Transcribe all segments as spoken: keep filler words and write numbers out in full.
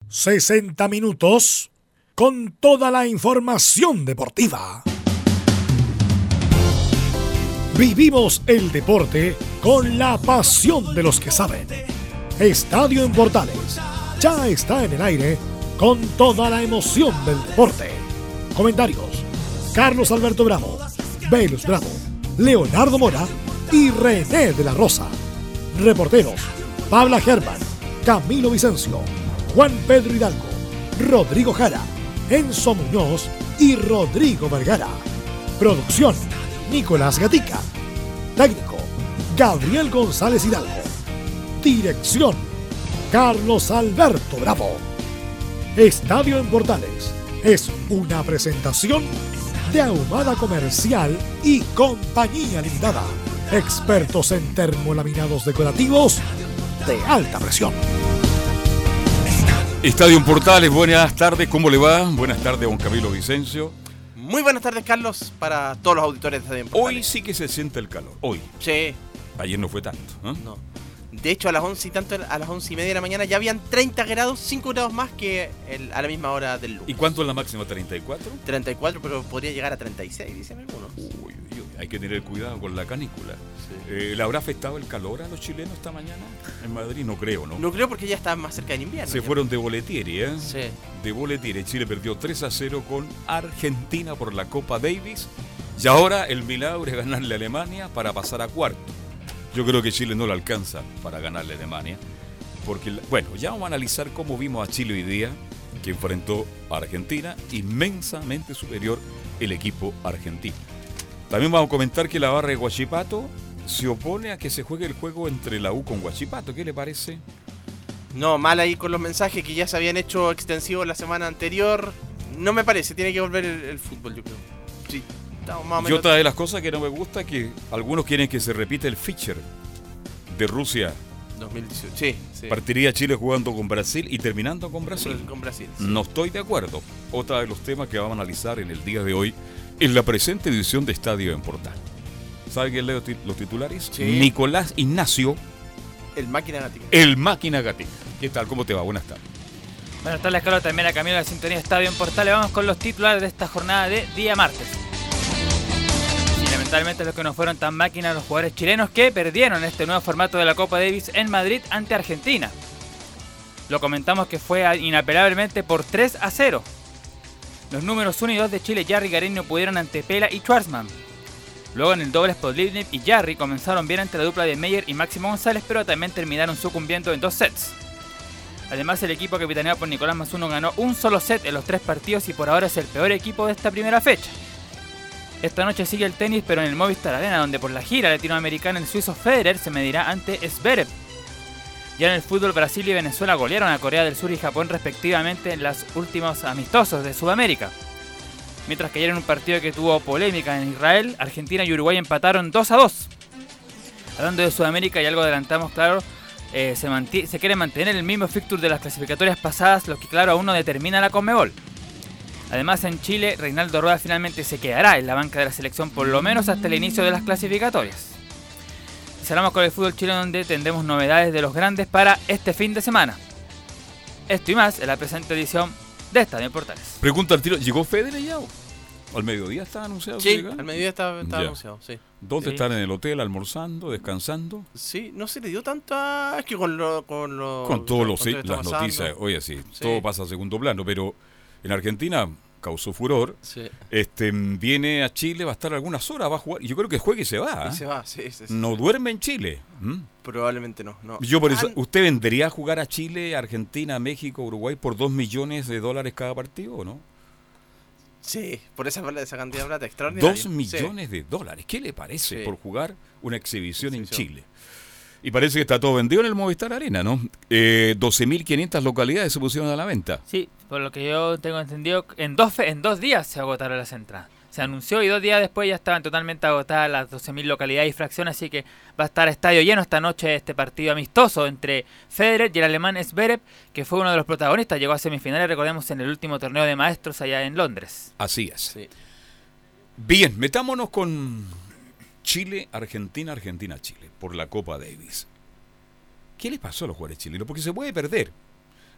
sesenta minutos con toda la información deportiva. Vivimos el deporte con la pasión de los que saben. Estadio en Portales ya está en el aire con toda la emoción del deporte. Comentarios: Carlos Alberto Bravo, Velus Bravo, Leonardo Mora y René de la Rosa. Reporteros: Pabla Germán, Camilo Vicencio, Juan Pedro Hidalgo, Rodrigo Jara, Enzo Muñoz y Rodrigo Vergara. Producción: Nicolás Gatica. Técnico: Gabriel González Hidalgo. Dirección: Carlos Alberto Bravo. Estadio en Portales es una presentación de Ahumada Comercial y Compañía Limitada. Expertos en termolaminados decorativos de alta presión. Estadio en Portales, buenas tardes, ¿cómo le va? Buenas tardes, don Camilo Vicencio. Muy buenas tardes, Carlos, para todos los auditores de Estadio en Portales. Hoy sí que se siente el calor, hoy. Sí. Ayer no fue tanto, ¿eh? No. De hecho, a las once y tanto, a las once y media de la mañana ya habían treinta grados, cinco grados más que el, a la misma hora del lunes. ¿Y cuánto es la máxima? ¿treinta y cuatro? treinta y cuatro, pero podría llegar a treinta y seis, dicen algunos. Uy, uy, uy, hay que tener cuidado con la canícula. Sí. Eh, ¿Le habrá afectado el calor a los chilenos esta mañana en Madrid? No creo, ¿no? No creo, porque ya está más cerca del invierno. Se ya. fueron de boletieri, ¿eh? Sí. De boletieri. Chile perdió tres a cero con Argentina por la Copa Davis. Y ahora el milagro es ganarle a Alemania para pasar a cuarto. Yo creo que Chile no lo alcanza para ganarle a Alemania. Porque, bueno, ya vamos a analizar cómo vimos a Chile hoy día, que enfrentó a Argentina, inmensamente superior el equipo argentino. También vamos a comentar que la barra de Huachipato se opone a que se juegue el juego entre la U con Huachipato. ¿Qué le parece? No, mal ahí con los mensajes que ya se habían hecho extensivos la semana anterior. No me parece, tiene que volver el, el fútbol, yo creo. Sí. Más y otra de las cosas que no me gusta es que algunos quieren que se repita el feature de Rusia dos mil dieciocho. Sí, sí. Partiría Chile jugando con Brasil y terminando con Brasil. Con Brasil, sí. No estoy de acuerdo. Otra de los temas que vamos a analizar en el día de hoy en la presente edición de Estadio en Portal. ¿Saben quién leo los titulares? Sí. Nicolás Ignacio. El Máquina Gatica. El Máquina Gatica. ¿Qué tal? ¿Cómo te va? Buenas tardes. Buenas tardes, Carlos. También a Camilo de la Sintonía Estadio en Portales. Vamos con los titulares de esta jornada de día martes. Lamentablemente los que no fueron tan máquinas los jugadores chilenos que perdieron este nuevo formato de la Copa Davis en Madrid ante Argentina. Lo comentamos que fue inapelablemente por tres a cero. Los números uno y dos de Chile, Jarry y Garín, no pudieron ante Pela y Schwarzman. Luego en el doble Podlivnik y Jarry comenzaron bien ante la dupla de Meyer y Máximo González, pero también terminaron sucumbiendo en dos sets. Además, el equipo capitaneado por Nicolás Masuno ganó un solo set en los tres partidos y por ahora es el peor equipo de esta primera fecha. Esta noche sigue el tenis, pero en el Movistar Arena, donde por la gira latinoamericana el suizo Federer se medirá ante Zverev. Ya en el fútbol, Brasil y Venezuela golearon a Corea del Sur y Japón respectivamente en los últimos amistosos de Sudamérica. Mientras que ayer en un partido que tuvo polémica en Israel, Argentina y Uruguay empataron dos a dos. Hablando de Sudamérica, y algo adelantamos, claro, eh, se, manti- se quiere mantener el mismo fixture de las clasificatorias pasadas, lo que claro aún no determina la Conmebol. Además, en Chile, Reinaldo Rueda finalmente se quedará en la banca de la selección por lo menos hasta el inicio de las clasificatorias. Y cerramos con el fútbol chileno, donde tendremos novedades de los grandes para este fin de semana. Esto y más en la presente edición de Estadio en Portales. Pregunta al tiro, ¿llegó Federer ya? ¿Al mediodía estaba anunciado? Sí, al mediodía estaba, estaba anunciado, sí. ¿Dónde sí. están? ¿En el hotel, almorzando, descansando? Sí, no se le dio tanta... Es que con lo... Con, lo, con todas las pasando. noticias, oye, sí, sí, todo pasa a segundo plano, pero en Argentina causó furor. Sí. Este, viene a Chile, va a estar algunas horas, va a jugar. Yo creo que juegue y se va. ¿eh? Y se va, sí, sí, sí. No duerme en Chile. ¿Mm? Probablemente no, no. Yo por eso, ah, ¿usted vendría a jugar a Chile, Argentina, México, Uruguay por dos millones de dólares cada partido o no? Sí, por esa, esa cantidad de plata extraordinaria. Dos millones sí. de dólares. ¿Qué le parece sí. por jugar una exhibición, exhibición en Chile? Y parece que está todo vendido en el Movistar Arena, ¿no? Eh, doce mil quinientas localidades se pusieron a la venta. Sí, por lo que yo tengo entendido, en dos, fe- en dos días se agotaron las entradas. Se anunció y dos días después ya estaban totalmente agotadas las doce mil localidades y fracciones, así que va a estar estadio lleno esta noche este partido amistoso entre Federer y el alemán Zverev, que fue uno de los protagonistas, llegó a semifinales, recordemos, en el último torneo de maestros allá en Londres. Así es. Sí. Bien, metámonos con Chile, Argentina, Argentina, Chile, por la Copa Davis. ¿Qué le pasó a los jugadores chilenos? Porque se puede perder.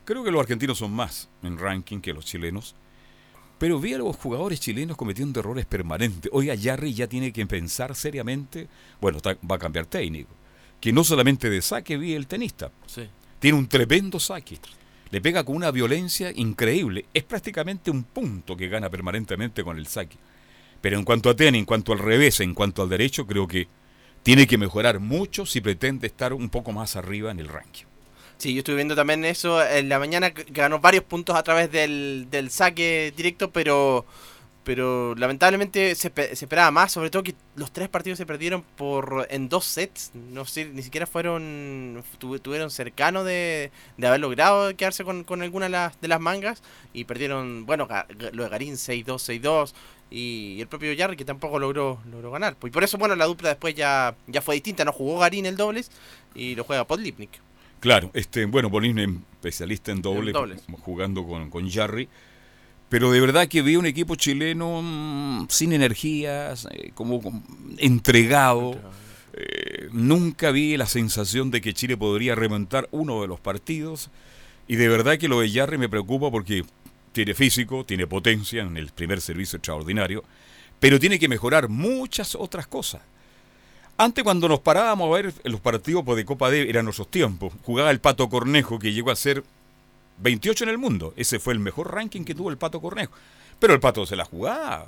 Creo que los argentinos son más en ranking que los chilenos. Pero vi a los jugadores chilenos cometiendo errores permanentes. Oiga, Jarry ya tiene que pensar seriamente, bueno, está, va a cambiar técnico, que no solamente de saque vi el tenista. Sí. Tiene un tremendo saque. Le pega con una violencia increíble. Es prácticamente un punto que gana permanentemente con el saque. Pero en cuanto a tenis, en cuanto al revés, en cuanto al derecho, creo que tiene que mejorar mucho si pretende estar un poco más arriba en el ranking. Sí, yo estuve viendo también eso en la mañana, que ganó varios puntos a través del, del saque directo, pero pero lamentablemente se, se esperaba más, sobre todo que los tres partidos se perdieron por en dos sets, no sé, ni siquiera fueron tu, tuvieron cercano de, de haber logrado quedarse con, con alguna de las, de las mangas, y perdieron, bueno, lo de Garín seis dos, seis dos, y el propio Jarry que tampoco logró logró ganar. Y por eso, bueno, la dupla después ya, ya fue distinta, no jugó Garín el dobles y lo juega Podlipnik. Claro, este, bueno, Podlipnik, especialista en dobles, dobles. jugando con, con Jarry. Pero de verdad que vi un equipo chileno mmm, sin energías, eh, como, como entregado. Eh, nunca vi la sensación de que Chile podría remontar uno de los partidos. Y de verdad que lo de Jarry me preocupa porque tiene físico, tiene potencia en el primer servicio extraordinario, pero tiene que mejorar muchas otras cosas. Antes, cuando nos parábamos a ver los partidos de Copa Davis, eran nuestros tiempos. Jugaba el Pato Cornejo, que llegó a ser veintiocho en el mundo. Ese fue el mejor ranking que tuvo el Pato Cornejo. Pero el Pato se la jugaba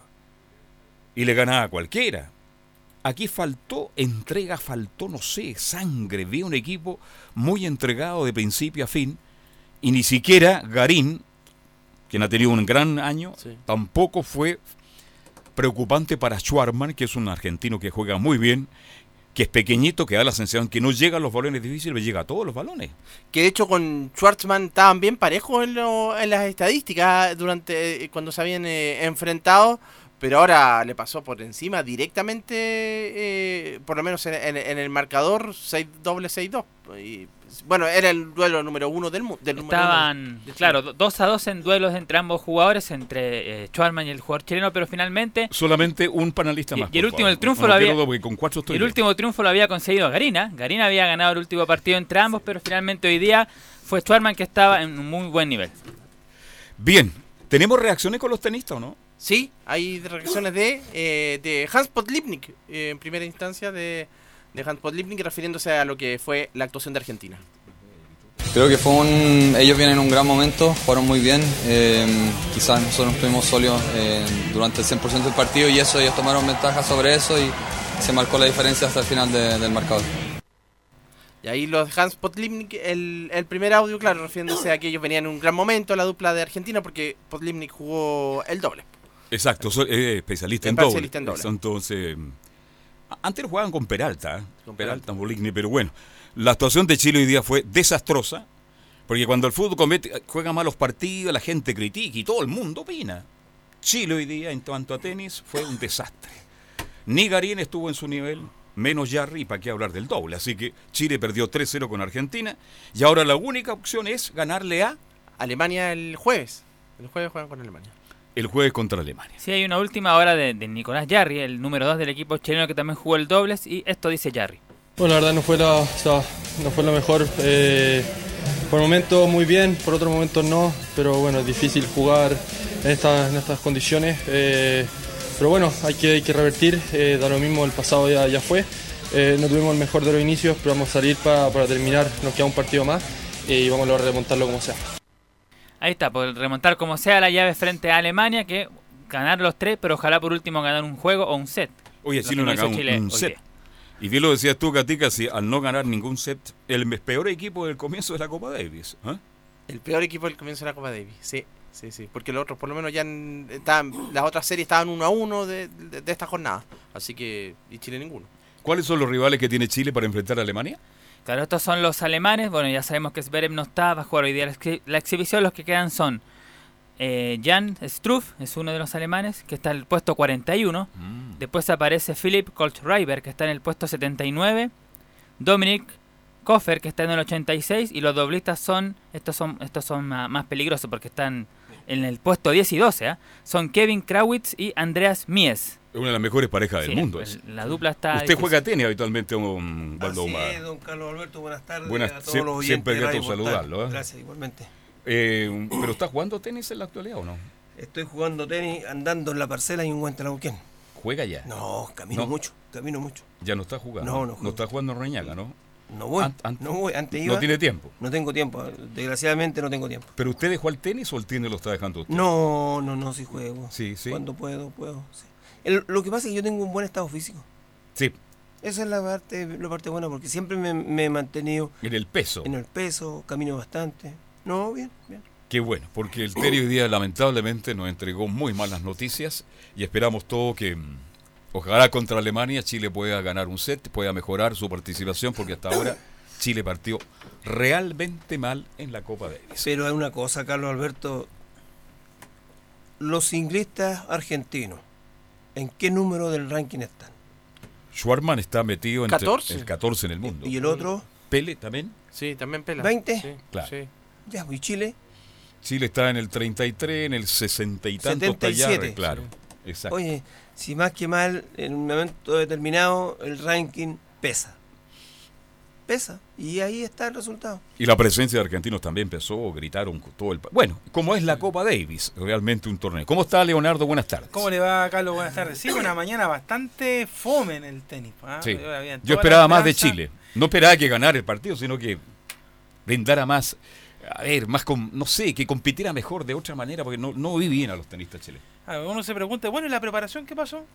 y le ganaba a cualquiera. Aquí faltó entrega, faltó, no sé, sangre. Vi un equipo muy entregado de principio a fin. Y ni siquiera Garín, quien ha tenido un gran año, sí, tampoco fue preocupante para Schwarman, que es un argentino que juega muy bien, que es pequeñito, que da la sensación que no llega a los balones difíciles, pero llega a todos los balones. Que de hecho con Schwartzman estaban bien parejos en, lo, en las estadísticas durante cuando se habían eh, enfrentado, pero ahora le pasó por encima directamente, eh, por lo menos en, en, en el marcador, seis doble seis dos. Y, bueno, era el duelo número uno del mundo. Estaban, claro, dos a dos en duelos entre ambos jugadores, entre eh, Schwartzman y el jugador chileno, pero finalmente solamente un panelista y, más. Y el último el triunfo no, lo había con cuatro estoy el bien. último triunfo lo había conseguido Garina. Garina había ganado el último partido entre ambos, pero finalmente hoy día fue Schwartzman que estaba en un muy buen nivel. Bien, ¿tenemos reacciones con los tenistas o no? Sí, hay reacciones de, eh, de Hans Podlipnik, eh, en primera instancia de, de Hans Podlipnik, refiriéndose a lo que fue la actuación de Argentina. Creo que fue un, ellos vienen en un gran momento, jugaron muy bien, eh, quizás nosotros estuvimos sólidos eh, durante el cien por ciento del partido y eso ellos tomaron ventaja sobre eso y se marcó la diferencia hasta el final de, del marcador. Y ahí los Hans Podlipnik, el, el primer audio, claro, refiriéndose a que ellos venían en un gran momento, la dupla de Argentina, porque Podlipnik jugó el doble. Exacto, soy eh, especialista, en, especialista doble. en doble. Entonces, antes jugaban con Peralta, ¿eh? con Peralta, Podlipnik, pero bueno, la actuación de Chile hoy día fue desastrosa, porque cuando el fútbol comete, juega malos partidos, la gente critica y todo el mundo opina. Chile hoy día, en cuanto a tenis, fue un desastre. Ni Garín estuvo en su nivel, menos Jarry, para qué hablar del doble. Así que Chile perdió tres cero con Argentina, y ahora la única opción es ganarle a Alemania el jueves. El jueves juegan con Alemania. El jueves contra Alemania. Sí, hay una última hora de, de Nicolás Jarry, el número dos del equipo chileno que también jugó el dobles, y esto dice Jarry. Bueno, la verdad no fue la, o sea, no fue lo mejor. Eh, por momentos muy bien, por otros momentos no, pero bueno, es difícil jugar en, esta, en estas condiciones. Eh, pero bueno, hay que, hay que revertir, eh, da lo mismo, el pasado ya, ya fue. Eh, no tuvimos el mejor de los inicios, pero vamos a salir para, para terminar, nos queda un partido más y vamos a lograr remontarlo como sea. Ahí está, por remontar como sea la llave frente a Alemania, que ganar los tres, pero ojalá por último ganar un juego o un set. Oye, Chile no ganó un, un set. Y bien lo decías tú, Gatica, si al no ganar ningún set, el peor equipo del comienzo de la Copa Davis. ¿eh? El peor equipo del comienzo de la Copa Davis, sí, sí, sí. Porque los otros, por lo menos, ya estaban, las otras series estaban uno a uno de, de, de esta jornada. Así que, y Chile ninguno. ¿Cuáles son los rivales que tiene Chile para enfrentar a Alemania? Claro, estos son los alemanes. Bueno, ya sabemos que Zverev no está, va a jugar hoy día la, ex la exhibición. Los que quedan son eh, Jan Struff, es uno de los alemanes, que está en el puesto cuarenta y uno. Mm. Después aparece Philipp Kohlschreiber, que está en el puesto setenta y nueve. Dominik Kofer, que está en el ochenta y seis. Y los doblistas son, estos son, estos son más, más peligrosos porque están en el puesto diez y doce. ¿eh? Son Kevin Krawitz y Andreas Mies. Es una de las mejores parejas del sí, mundo. Pues, la dupla está... Usted difícil. Juega tenis habitualmente, don Waldo Así es, don Carlos Alberto, buenas tardes buenas, a todos los oyentes. Siempre grato saludarlo. ¿eh? Gracias, igualmente. Eh, ¿Pero estás jugando tenis en la actualidad o no? Estoy jugando tenis, andando en la parcela y en Huentelauquén. ¿Juega ya? No, camino ¿No? mucho, camino mucho. Ya no está jugando. No, no No juego. está jugando en Reñaca, ¿no? No voy, Ant- ant- no voy. Antes iba, No tiene tiempo. no tengo tiempo, desgraciadamente no tengo tiempo. ¿Pero usted dejó el tenis o el tenis lo está dejando usted? No, no, no, sí juego. Sí, sí. Cuando puedo, puedo. Sí. El- lo que pasa es que yo tengo un buen estado físico. Sí, Esa es la parte, la parte buena, porque siempre me, me he mantenido en el peso. en el peso, camino bastante. No, bien, bien. Qué bueno, porque el Terio hoy día lamentablemente nos entregó muy malas noticias y esperamos todo que mm, ojalá contra Alemania Chile pueda ganar un set, pueda mejorar su participación, porque hasta ahora Chile partió realmente mal en la Copa Davis. Pero hay una cosa, Carlos Alberto. Los ciclistas argentinos, ¿en qué número del ranking están? Schwarman está metido entre catorce. el catorce en el mundo. Y el otro, Pele también. Sí, también pela. ¿veinte? Sí, Claro. sí. ya, y Chile. Chile está en el treinta y tres, en el sesenta y tanto está ya, setenta y siete. claro. Exacto. Oye, si más que mal, en un momento determinado, el ranking pesa. Pesa. Y ahí está el resultado. Y la presencia de argentinos también empezó, gritaron todo el... pa- Bueno, como es la Copa Davis, realmente un torneo. ¿Cómo está, Leonardo? Buenas tardes. ¿Cómo le va, Carlos? Buenas tardes. Sí, una mañana bastante fome en el tenis. ¿ah? Sí. Ahora bien, Yo toda esperaba la más de esperanza- Chile. No esperaba que ganara el partido, sino que brindara más, a ver, más con, no sé, que compitiera mejor de otra manera, porque no, no vi bien a los tenistas chilenos. Ah, uno se pregunta, bueno, ¿y la preparación qué pasó?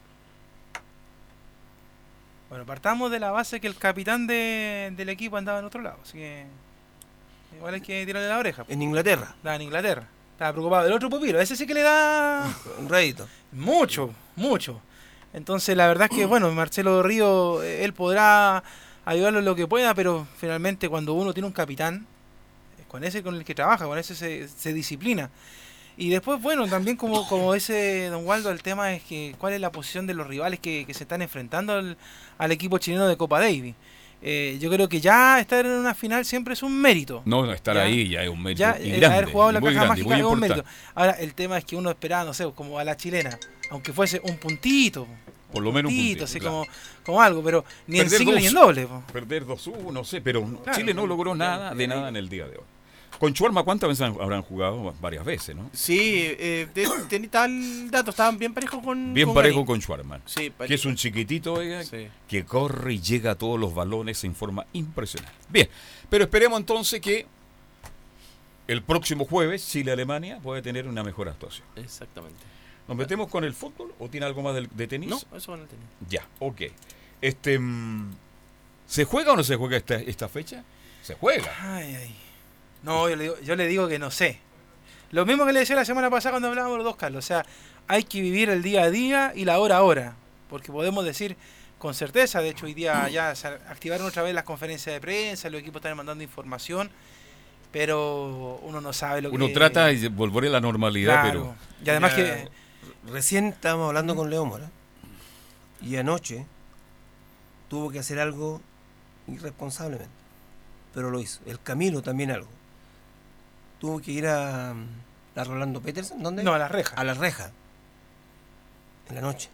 Bueno, partamos de la base que el capitán de, del equipo andaba en otro lado, así que igual hay que tirarle la oreja. En Inglaterra, Estaba en Inglaterra, estaba preocupado del otro pupilo, ese sí que le da un rédito. mucho, mucho. Entonces la verdad es que, bueno, Marcelo Río, eh, él podrá ayudarlo en lo que pueda, pero finalmente cuando uno tiene un capitán, eh, con ese con el que trabaja, con ese se, se disciplina. Y después, bueno, también como, como dice Don Waldo, el tema es que cuál es la posición de los rivales que, que se están enfrentando al, al equipo chileno de Copa Davis. Eh, yo creo que ya estar en una final siempre es un mérito. No, no, estar Ya. ahí ya es un mérito Ya y eh, grande, haber jugado y la muy caja grande, mágica muy es un importante. mérito. Ahora, el tema es que uno esperaba, no sé, como a la chilena, aunque fuese un puntito. Por lo menos un puntito, así claro. como, como algo, pero ni en Perder single dos- ni en doble. po. Perder dos uno, no sé, pero Claro, Chile no claro. logró nada de nada en el día de hoy. Con Schwarma, ¿cuántas veces han- habrán jugado? Varias veces, ¿no? Sí, eh, de- tenía tal dato, estaban bien parejos con Bien con parejo Garín. con Schwarman. Sí, Que es un chiquitito, oiga, Sí. que corre y llega a todos los balones en forma impresionante. Bien, pero esperemos entonces que el próximo jueves Chile-Alemania puede tener una mejor actuación. Exactamente. ¿Nos metemos con el fútbol o tiene algo más de, de tenis? No, eso no lo tenía. Ya, ok. Este, mm, ¿se juega o no se juega esta, esta fecha? Se juega. Ay, ay. No, yo le, digo, yo le digo que no sé. Lo mismo que le decía la semana pasada cuando hablábamos los dos, Carlos. O sea, hay que vivir el día a día y la hora a hora. Porque podemos decir con certeza, de hecho hoy día ya se activaron otra vez las conferencias de prensa, los equipos están mandando información, pero uno no sabe lo Uno que... trata de volver a la normalidad, Claro. Y además Mira, que... Recién estábamos hablando con Leo Mora. Y anoche tuvo que hacer algo irresponsablemente. Pero lo hizo. El Camilo también algo. Tuvo que ir a, a Rolando Peterson. ¿Dónde? No, a la reja. A la reja. En la noche.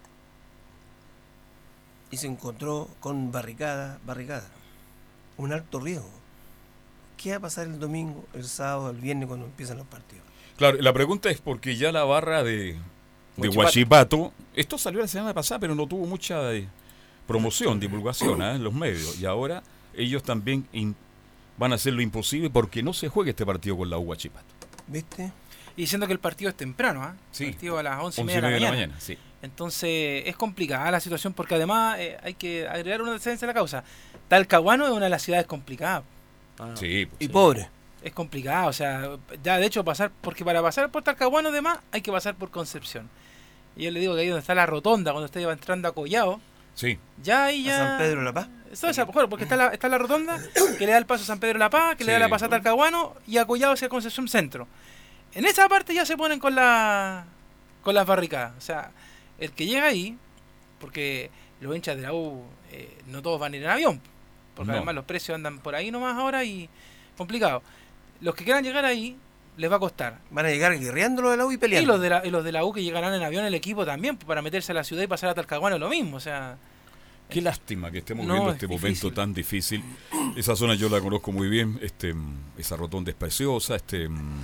Y se encontró con barricada, barricada. Un alto riesgo. ¿Qué va a pasar el domingo, el sábado, el viernes cuando empiezan los partidos? pero claro, la pregunta es porque ya la barra de, de Huachipato. Huachipato, esto salió la semana pasada, pero no tuvo mucha eh, promoción, divulgación ¿eh? en los medios. Y ahora ellos también in- van a hacer lo imposible porque no se juegue este partido con la Huachipato. ¿Viste? Y diciendo que el partido es temprano, ¿ah? Sí. El partido a las once y once media de la mañana. sí. Entonces es complicada la situación porque además eh, hay que agregar una antecedente a la causa. Talcahuano es una de las ciudades complicadas. Ah, Sí, pues, Y sí. pobre. Es complicado, o sea, ya de hecho pasar, porque para pasar por Talcahuano además hay que pasar por Concepción. Y yo le digo que ahí donde está la rotonda, cuando usted va entrando a Collao, Sí. ya ahí A ya... San Pedro de la Paz. Eso es, bueno, porque está la, está la rotonda que le da el paso a San Pedro de la Paz, que le da Sí. la pasada a Talcahuano y a Collao hacia Concepción Centro. En esa parte ya se ponen con la con las barricadas. O sea, el que llega ahí, porque los hinchas de la U eh, no todos van a ir en avión, porque No. además los precios andan por ahí nomás ahora y complicado. Los que quieran llegar ahí les va a costar. Van a llegar guerreando los de la U y Y peleando. los de la, y los de la U que llegarán en avión, el equipo también, para meterse a la ciudad y pasar a Talcahuano lo mismo. O sea, Qué lástima que estemos No, viendo es este difícil. momento tan difícil. Esa zona yo la conozco muy bien, este, mm, esa rotonda es preciosa, este, mm,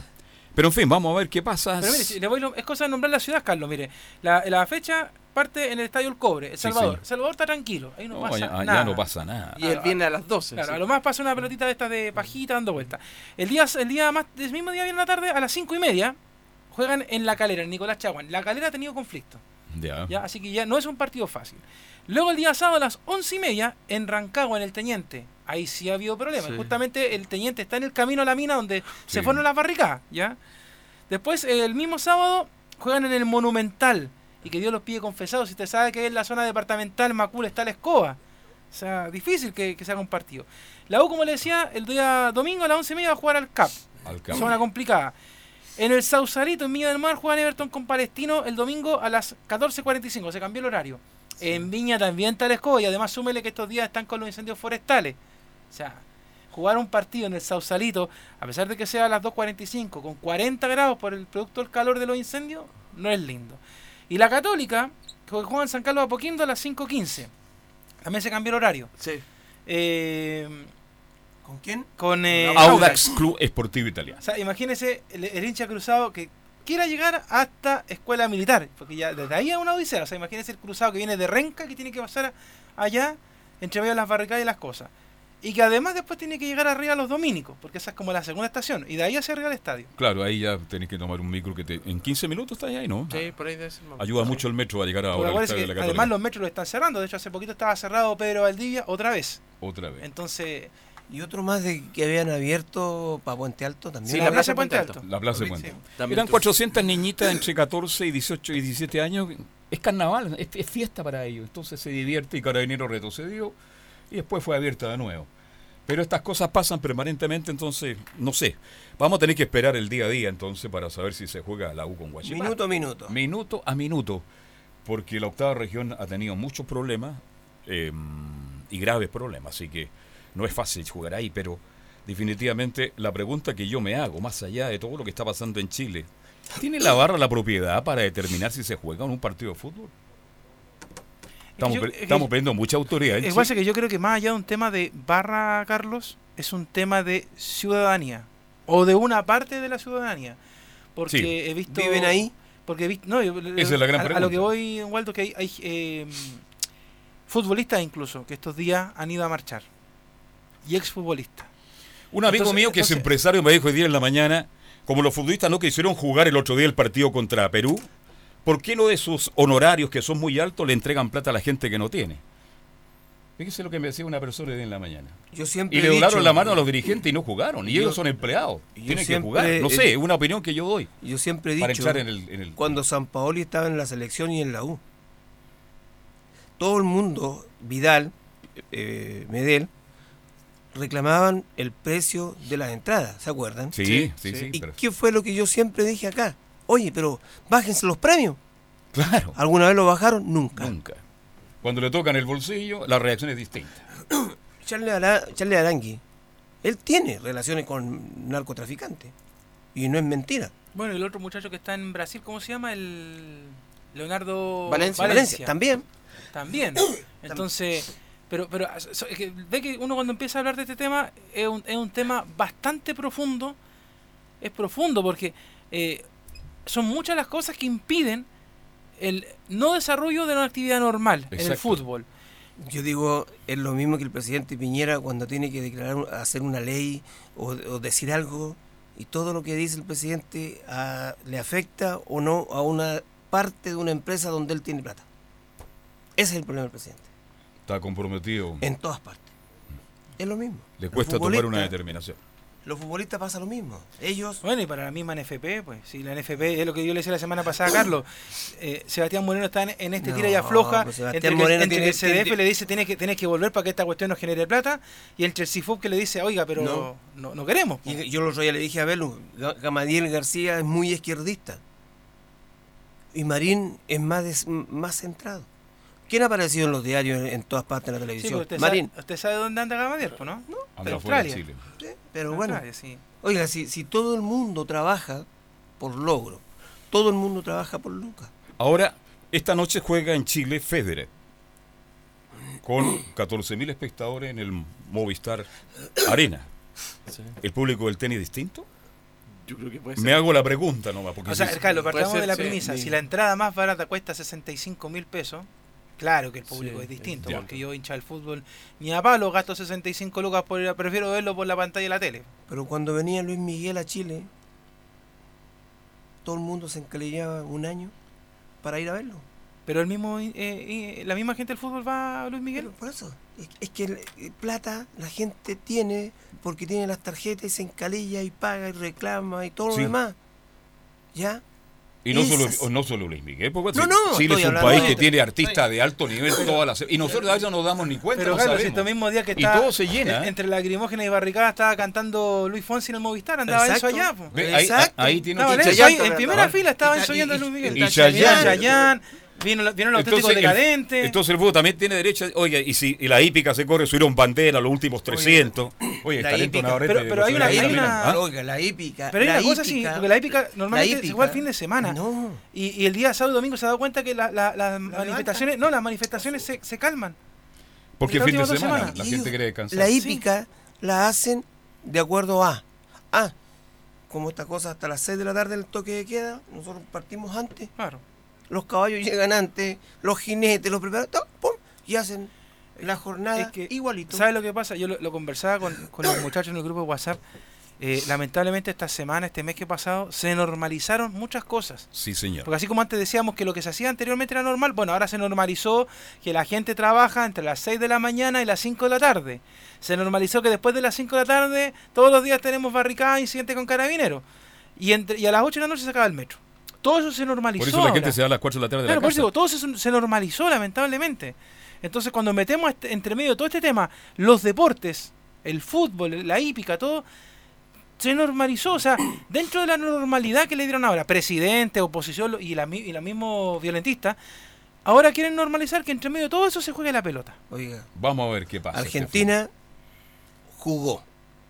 Pero en fin, vamos a ver qué pasa. Pero mire, si le voy, es cosa de nombrar la ciudad, Carlos. Mire, la, la fecha parte en el Estadio El Cobre, El Salvador. Sí, sí. Salvador está tranquilo, ahí no, No, pasa ya, nada. ya no pasa nada. Y él viene a las doce. Claro, sí. a lo más pasa una pelotita de estas de pajita dando vueltas. El día, el día más, el mismo día, viene la tarde, a las cinco y media, juegan en La Calera, en Nicolás Chaguán. La Calera ha tenido conflicto, Ya. ¿ya? Así que ya no es un partido fácil. Luego el día sábado a las once y media, en Rancagua, en el Teniente. Ahí sí ha habido problemas. Sí. Justamente el Teniente está en el camino a la mina donde se Sí. fueron las barricadas, ¿ya? Después, eh, el mismo sábado, juegan en el Monumental. Y que Dios los pide confesados. Si usted sabe que en la zona departamental Macul está la escoba. O sea, difícil que, que se haga un partido. La U, como le decía, el día domingo a las once y media va a jugar al C A P. Al cabo. Zona complicada. En el Sausalito, en Viña del Mar, juegan Everton con Palestino el domingo a las catorce cuarenta y cinco. Se cambió el horario. En Viña también está la escoba. Y además súmele que estos días están con los incendios forestales. O sea, jugar un partido en el Sausalito, a pesar de que sea a las dos cuarenta y cinco, con cuarenta grados por el producto del calor de los incendios, no es lindo. Y la Católica, que juega en San Carlos de Apoquindo a las cinco quince. También se cambió el horario. Sí. Eh, ¿Con quién? con eh, Audax Club Esportivo Italiano. O sea, imagínese el, el hincha cruzado que quiera llegar hasta escuela militar, porque ya desde ahí es una odisea. O sea, imagínese el cruzado que viene de Renca, que tiene que pasar a- allá, entre medio de las barricadas y las cosas. Y que además después tiene que llegar arriba a los Dominicos, porque esa es como la segunda estación. Y de ahí hacia arriba al estadio. Claro, ahí ya tenés que tomar un micro que te, en quince minutos estás ahí, ¿no? Sí, por ahí debe ser más- Ayuda sí. mucho el metro a llegar Porque ahora al acuérdense estadio de que la Católica. además los metros lo están cerrando. De hecho, hace poquito estaba cerrado Pedro Valdivia otra vez. Otra vez. Entonces, Y otro más de que habían abierto para Puente Alto también. sí, la la Plaza Plaza de Puente Puente Alto. La Plaza de Sí. Puente. También Eran tú- cuatrocientas niñitas entre catorce y dieciocho y diecisiete años. Es carnaval, es, es fiesta para ellos. Entonces se divierte y Carabinero retrocedió y después fue abierta de nuevo. Pero estas cosas pasan permanentemente, entonces, no sé. Vamos a tener que esperar el día a día entonces para saber si se juega la U con Guachipato. Minuto a minuto. Minuto a minuto. Porque la octava región ha tenido muchos problemas eh, y graves problemas. Así que no es fácil jugar ahí, pero definitivamente la pregunta que yo me hago, más allá de todo lo que está pasando en Chile, ¿tiene la barra la propiedad para determinar si se juega en un partido de fútbol? Estamos, yo- per- es que- estamos perdiendo mucha autoridad en Es igual Chile. que yo creo que más allá de un tema de barra, Carlos, es un tema de ciudadanía. O de una parte de la ciudadanía. Porque Sí. he visto... ¿Viven ahí? Porque he visto... No, yo- Esa es la gran a, a lo pregunta. que voy, Waldo, que hay, hay eh, futbolistas incluso que estos días han ido a marchar. Y exfutbolistas. Un amigo Entonces- mío que es entonces- empresario me dijo hoy día en la mañana, como los futbolistas no quisieron jugar el otro día el partido contra Perú, ¿por qué no de sus honorarios que son muy altos le entregan plata a la gente que no tiene? Fíjese lo que me decía una persona hoy día en la mañana. Yo siempre Y le he doblaron dicho- la mano a los dirigentes y no jugaron. Y Yo- ellos son empleados. yo Tienen que siempre jugar. No he- sé, es una opinión que yo doy. Yo siempre he Para dicho, entrar en el, en el- cuando San Paoli estaba en la selección y en la U, todo el mundo, Vidal, eh, Medel, reclamaban el precio de las entradas, ¿se acuerdan? Sí, Sí, sí, sí. sí. ¿Y pero- qué fue lo que yo siempre dije acá? Oye, pero bájense los premios. claro, ¿Alguna vez lo bajaron? Nunca. nunca. Cuando le tocan el bolsillo, la reacción es distinta. Charles, Ara- Charles Arangui, él tiene relaciones con narcotraficantes. Y no es mentira. Bueno, y el otro muchacho que está en Brasil, ¿cómo se llama? El Leonardo Valencia. Valencia, también. También. Entonces, pero pero so- es que ve que uno cuando empieza a hablar de este tema es un, es un tema bastante profundo. Es profundo porque eh, son muchas las cosas que impiden el no desarrollo de una actividad normal en el Exacto. fútbol. Yo digo, es lo mismo que el presidente Piñera cuando tiene que declarar, hacer una ley o, o decir algo, y todo lo que dice el presidente ah, le afecta o no a una parte de una empresa donde él tiene plata. Ese es el problema del presidente. Está comprometido. En todas partes. Es lo mismo. Le Los cuesta tomar una futbolistas- determinación. Los futbolistas pasa lo mismo. Ellos, Bueno, y para la misma N F P, pues, si la N F P es lo que yo le decía la semana pasada a Carlos, eh, Sebastián Moreno está en, en este No, tira y afloja, pues Sebastián entre, que, Moreno entre tiene- que el C D F tiene- le dice tienes que, tienes que volver para que esta cuestión nos genere plata, y el Chelsea Foot que le dice, oiga, pero no, No. no, queremos. y yo el otro día le dije a Belu, Ga- Gamadiel García es muy izquierdista. Y Marín es más, des- más centrado. ¿Quién ha aparecido en los diarios en, en todas partes de la Sí, televisión? pero usted, Marín. sabe, usted sabe dónde anda Gamadiel, ¿no? No, Anda fuera de Australia. Chile. Sí, pero En bueno. Australia, sí. Oiga, si, si todo el mundo trabaja por logro, todo el mundo trabaja por lucas. Ahora, esta noche juega en Chile Federer. Con catorce mil espectadores en el Movistar Arena. Sí. ¿El público del tenis distinto? Yo creo que puede ser. Me hago la pregunta nomás. Porque O sea, si- Carlos, puede partamos ser, de la sí, premisa. sí. Si la entrada más barata cuesta sesenta y cinco mil pesos, claro que el público Sí, es distinto, ya. porque yo hincha del fútbol ni a palo gasto sesenta y cinco lucas por ir a- prefiero verlo por la pantalla de la tele. Pero cuando venía Luis Miguel a Chile, todo el mundo se encalillaba un año para ir a verlo. Pero el mismo, eh, eh, la misma gente del fútbol va a Luis Miguel. Pero por eso, es, es que el- el plata la gente tiene porque tiene las tarjetas y se encalilla y paga y reclama y todo Sí. lo demás. ¿Ya? Y no solo, Esas- o no solo Luis Miguel, porque No, si- no, Chile estoy es un hablando país de- que tiene artistas de alto nivel todas las y nosotros a veces no nos damos ni cuenta. Pero no Carlos, sabemos. estos mismos días que Y está todo se llena, ¿eh? entre lagrimógena y barricada estaba cantando Luis Fonsi en el Movistar, andaba Exacto. Enzo allá. po. Ve, ahí, Exacto. ahí tiene Estaba un en, chiste. eso, ahí, Chayanne, en primera ¿no? fila estaba Y- ensoñando a y- Luis Miguel. y Vino Chayanne. Chayanne, vino, vino el auténtico Entonces, el- decadente. entonces el fútbol también tiene derecho. Oye, y si y la hípica se corre, subieron bandera los últimos trescientos. Oye, el la talento hípica- Navarrete pero- pero lo hay una- sabe hay también, una- ¿ah? Oiga, la hípica. Pero hay la una cosa así, hípica- porque la hípica normalmente la se juega el hípica- fin de semana. No. Y, y el día sábado y domingo se ha dado cuenta que la- la- las manifestaciones, no, las manifestaciones se, se calman. Porque el Las fin de últimas dos semana semanas. la Y gente ellos- quiere descansar. La hípica la hacen de acuerdo a. Ah, como esta cosa hasta las seis de la tarde el toque de queda, nosotros partimos antes, Claro. los caballos llegan antes, los jinetes, los preparan, ¡toc! ¡Pum! Y hacen la jornada Es que, igualito. ¿sabes lo que pasa? Yo lo, lo conversaba con, con los muchachos en el grupo de WhatsApp. Eh, lamentablemente esta semana, este mes que pasado, se normalizaron muchas cosas. Sí, señor. Porque así como antes decíamos que lo que se hacía anteriormente era normal, bueno, ahora se normalizó que la gente trabaja entre las seis de la mañana y las cinco de la tarde. Se normalizó que después de las cinco de la tarde todos los días tenemos barricadas, incidentes con carabineros. Y, entre, y a las ocho de la noche se acaba el metro. Todo eso se normalizó. Por eso la ahora. gente se da a las cuatro de la tarde de Claro, la por casa. eso digo, todo se, se normalizó lamentablemente. Entonces cuando metemos este- entre medio todo este tema, los deportes, el fútbol, la hípica, todo, se normalizó. O sea, dentro de la normalidad que le dieron ahora, presidente, oposición y la, mi- y la mismo violentista, ahora quieren normalizar que entre medio de todo eso se juegue la pelota. Oiga, Vamos a ver qué pasa. Argentina jugó.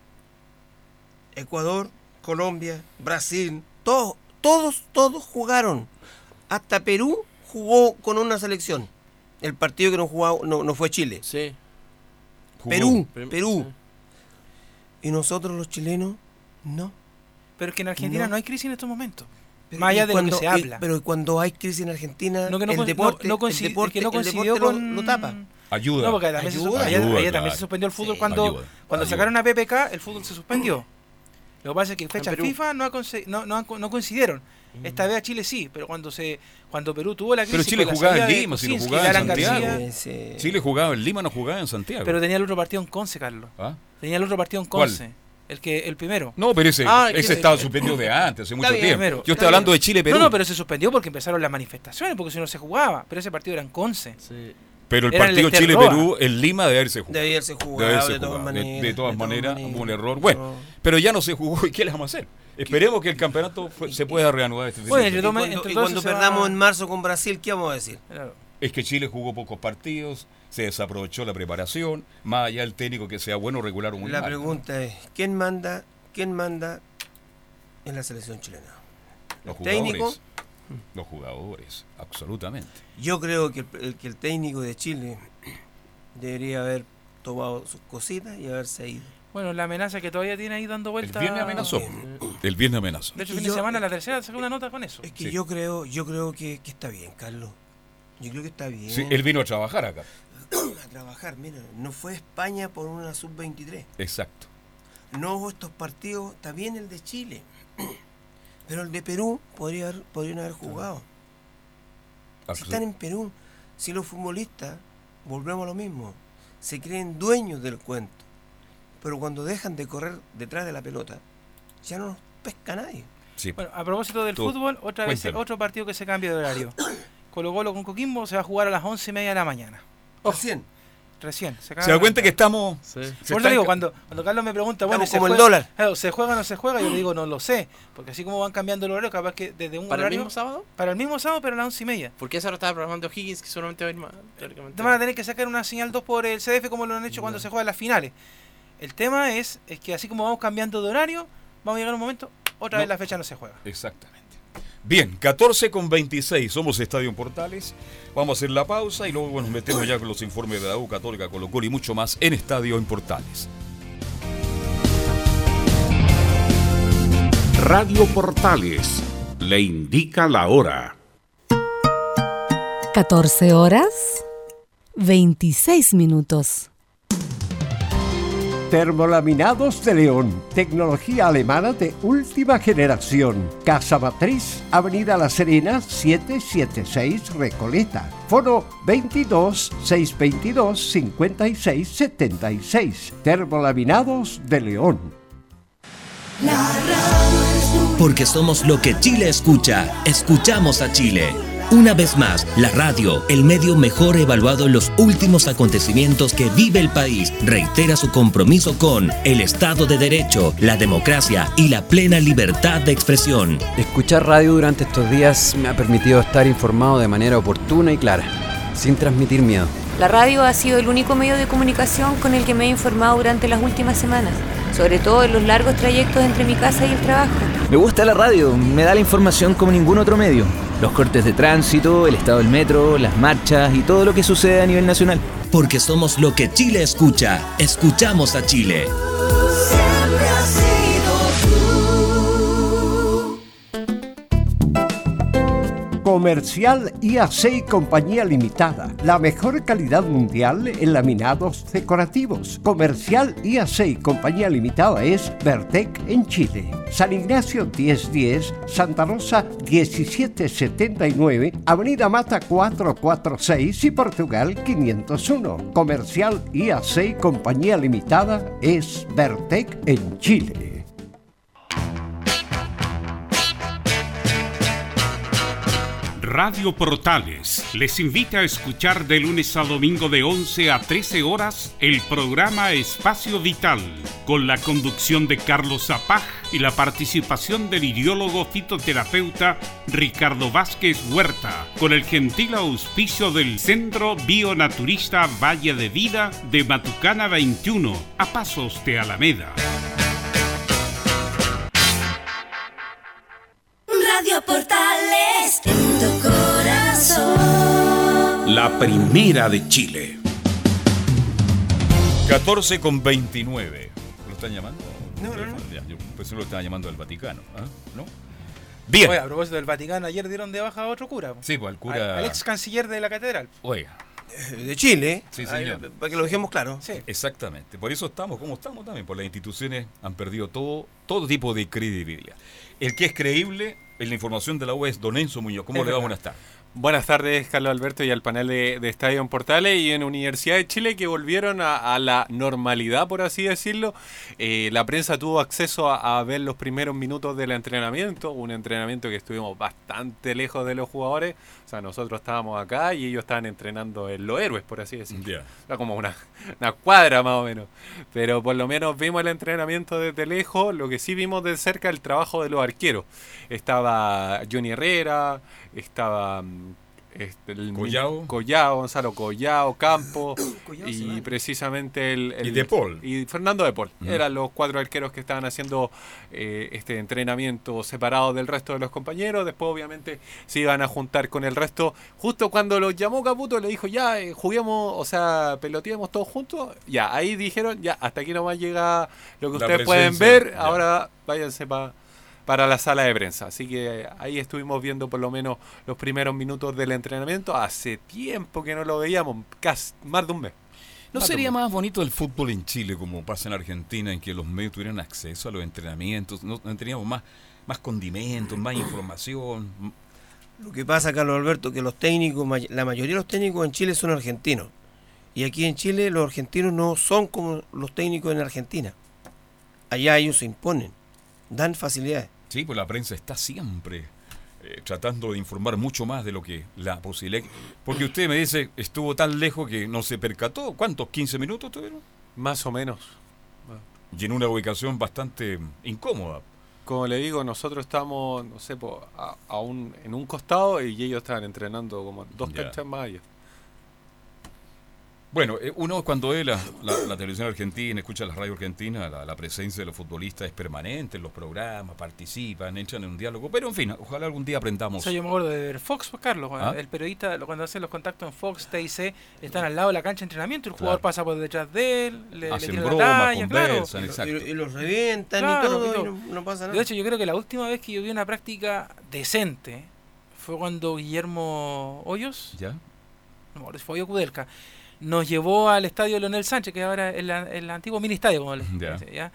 Ecuador, Colombia, Brasil, todos, todos, todos jugaron. Hasta Perú jugó con una selección. El partido que no jugaba no, no fue Chile. Sí. Jugó. Perú, Prim- Perú. sí. Y nosotros los chilenos, no. Pero es que en Argentina No. no, hay crisis en estos momentos. Pero Más allá y de cuando- lo que se y- habla. pero cuando hay crisis en Argentina, No, que no el con- deporte, no- no el coincide- deporte, que no el coincidió deporte lo- con... lo, tapa. Ayuda. No, porque también se, Ayuda. sus- allá, Ayuda, allá claro. también se suspendió el fútbol Sí. cuando, Ayuda. cuando Ayuda. sacaron a P P K, el fútbol se suspendió. Lo que pasa es que fechas Perú. FIFA no, ha conse- no, no, han co- no coincidieron. Esta vez a Chile sí, pero cuando se cuando Perú tuvo la crisis... Pero Chile con la jugaba en salida de Lima, si no Kuczynski, jugaba de en Alan Santiago. García, Ese- Chile jugaba en Lima, no jugaba en Santiago. pero tenía el otro partido en Conce, Carlos. ¿Ah? Tenía el otro partido en ¿Cuál? Conce. El que el primero. No, pero ese, Ah, ese que- estaba suspendido de antes, hace mucho bien, tiempo. primero. Yo Está estoy hablando bien. de Chile-Perú. No, no, pero se suspendió porque empezaron las manifestaciones, porque si no se jugaba. Pero ese partido era en Conce. Sí. Pero el Era el partido Ester Chile-Perú en Lima debe haberse jugado. Debe haberse jugado, Debe haberse de todas jugado. De- maneras. de todas maneras, maneras. hubo un error. Bueno, No. pero ya no se jugó. ¿Y qué le vamos a hacer? Esperemos que el campeonato fue- se pueda reanudar este fin de Bueno, semana. yo Y tome- cuando, entre y todos cuando se va- perdamos en marzo con Brasil, ¿qué vamos a decir? Claro. Es que Chile jugó pocos partidos, se desaprovechó la preparación, más allá del técnico que sea bueno, regular o muy La mal. pregunta es, ¿quién manda, quién manda en la selección chilena? Los ¿El técnico? jugadores. Los jugadores, absolutamente. Yo creo que el, el- que el técnico de Chile debería haber tomado sus cositas y haberse ido. Bueno, la amenaza que todavía tiene ahí dando El vueltas. viernes amenazó. El viernes amenazó. De hecho, Es fin que de yo- semana, la tercera, sacó una nota con eso. Es que Sí. yo creo, yo creo que, que está bien, Carlos. Yo creo que está bien. Sí, él vino a trabajar acá. A trabajar, mira, no fue España por una sub veintitrés. Exacto. No hubo estos partidos, está bien el de Chile. Pero el de Perú podría haber, podrían haber jugado. Si están en Perú, si los futbolistas, volvemos a lo mismo, se creen dueños del cuento. Pero cuando dejan de correr detrás de la pelota, ya no los pesca nadie. Sí. Bueno, a propósito del Tú, fútbol, otra vez cuéntame. otro partido que se cambia de horario. Colo Colo con Coquimbo se va a jugar a las once y media de la mañana. Recién. Recién. Se, Se da cuenta que estamos... Sí. se Por eso está- digo, cuando, cuando Carlos me pregunta, bueno, Estamos ¿se como el juega- dólar. claro, ¿se juega o no se juega? Yo le digo, no lo sé. Porque así como van cambiando el horario, capaz que desde un ¿Para el horario... mismo sábado? Para el mismo sábado, pero a las once y media. Porque esa lo estaba programando Higgins, que solamente va a ir más. teóricamente. Te van a tener que sacar una señal dos por el C D F como lo han hecho cuando se juegan las finales. El tema es, es que así como vamos cambiando de horario, vamos a llegar a un momento, otra No. vez la fecha no se juega. Exactamente. Bien, catorce con veintiséis, somos Estadio en Portales. Vamos a hacer la pausa y luego bueno, nos metemos ya con los informes de la U Católica, Colo Colo y mucho más en Estadio en Portales. Radio Portales le indica la hora. catorce horas, veintiséis minutos. Termolaminados de León, tecnología alemana de última generación. Casa Matriz, Avenida La Serena, setecientos setenta y seis Recoleta. Foro veintidós, seiscientos veintidós, cincuenta y seis setenta y seis. Termolaminados de León. Porque somos lo que Chile escucha. Escuchamos a Chile. Una vez más, la radio, el medio mejor evaluado en los últimos acontecimientos que vive el país, reitera su compromiso con el Estado de Derecho, la democracia y la plena libertad de expresión. Escuchar radio durante estos días me ha permitido estar informado de manera oportuna y clara, sin transmitir miedo. La radio ha sido el único medio de comunicación con el que me he informado durante las últimas semanas, sobre todo en los largos trayectos entre mi casa y el trabajo. Me gusta la radio, me da la información como ningún otro medio. Los cortes de tránsito, el estado del metro, las marchas y todo lo que sucede a nivel nacional. Porque somos lo que Chile escucha. Escuchamos a Chile. Siempre has sido tú. Comercial I A C y Compañía Limitada. La mejor calidad mundial en laminados decorativos. Comercial I A C y Compañía Limitada es Vertec en Chile. San Ignacio diez diez, Santa Rosa diecisiete setenta y nueve, Avenida Mata cuatrocientos cuarenta y seis y Portugal quinientos uno. Comercial I A C y Compañía Limitada es Vertec en Chile. Radio Portales les invita a escuchar de lunes a domingo de once a trece horas el programa Espacio Vital, con la conducción de Carlos Zapag y la participación del ideólogo fitoterapeuta Ricardo Vázquez Huerta, con el gentil auspicio del Centro Bionaturista Valle de Vida de Matucana veintiuno, a pasos de Alameda. Radio Portales en tu corazón. La primera de Chile. catorce con veintinueve. ¿Lo están llamando? No, no, no. Ya, yo pensé que lo estaban llamando del Vaticano. ¿Ah? ¿No? Bien. Oye, a propósito del Vaticano, ayer dieron de baja a otro cura. Sí, pues al cura. Al, al ex canciller de la catedral. Oiga. De Chile. Sí, señor. Ay, para que lo dejemos claro. Sí. Exactamente. Por eso estamos como estamos también. Por las instituciones han perdido todo, todo tipo de credibilidad. El que es creíble en la información de la U E es don Enzo Muñoz. ¿Cómo es le va? Buenas tardes. Buenas tardes, Carlos Alberto, y al panel de, de Estadio en Portales y en Universidad de Chile, que volvieron a, a la normalidad, por así decirlo. Eh, la prensa tuvo acceso a, a ver los primeros minutos del entrenamiento, un entrenamiento que estuvimos bastante lejos de los jugadores. O sea, nosotros estábamos acá y ellos estaban entrenando en Los Héroes, por así decirlo. Yeah. Era como una, una cuadra más o menos. Pero por lo menos vimos el entrenamiento desde lejos. Lo que sí vimos de cerca, el trabajo de los arqueros. Estaba Johnny Herrera, estaba este, el Collao. Collao, Gonzalo Collao, Campo Collao, y Solano. precisamente el, el y De Paul y Fernando De Paul. Uh-huh. Eran los cuatro arqueros que estaban haciendo eh, este entrenamiento separado del resto de los compañeros. Después obviamente se iban a juntar con el resto. Justo cuando los llamó Caputo le dijo ya eh, juguemos, o sea, peloteemos todos juntos. Ya, ahí dijeron ya, hasta aquí nomás llega lo que la ustedes presencia, pueden ver. ya. Ahora váyanse para para la sala de prensa. Así que ahí estuvimos viendo por lo menos los primeros minutos del entrenamiento. Hace tiempo que no lo veíamos, casi más de un mes. ¿No más sería un mes. más bonito el fútbol en Chile como pasa en Argentina, en que los medios tuvieran acceso a los entrenamientos? No, no teníamos más, más condimentos, más información. Lo que pasa, Carlos Alberto, que los técnicos, la mayoría de los técnicos en Chile son argentinos. Y aquí en Chile los argentinos no son como los técnicos en Argentina. Allá ellos se imponen, dan facilidades. Sí, pues la prensa está siempre eh, tratando de informar mucho más de lo que la posibilidad. Porque usted me dice, estuvo tan lejos que no se percató. ¿Cuántos? ¿quince minutos tuvieron? Más o menos. Y en una ubicación bastante incómoda. Como le digo, nosotros estábamos, no sé, po, a, a un, en un costado y ellos estaban entrenando como dos Ya. canchas más allá. Bueno, eh, uno cuando ve la, la, la televisión argentina, escucha la radio argentina, la, la presencia de los futbolistas es permanente en los programas, participan, entran en un diálogo, pero en fin, ojalá algún día aprendamos. O sea, yo me acuerdo de ver Fox, pues, Carlos, cuando ¿Ah? el periodista, cuando hace los contactos en Fox, T I C, están al lado de la cancha de entrenamiento, el jugador Claro. pasa por detrás de él, le, le Hacen tira bromas, la talla, conversan, claro. exacto. Y, y los revientan Claro, y todo, y todo. y no, no pasa nada. De hecho, yo creo que la última vez que yo vi una práctica decente fue cuando Guillermo Hoyos, ¿Ya? no me acuerdo si fue Hoyo Kudelka, nos llevó al estadio Leonel Sánchez, que ahora es el, el antiguo mini estadio, como le Ya. dice, ¿ya?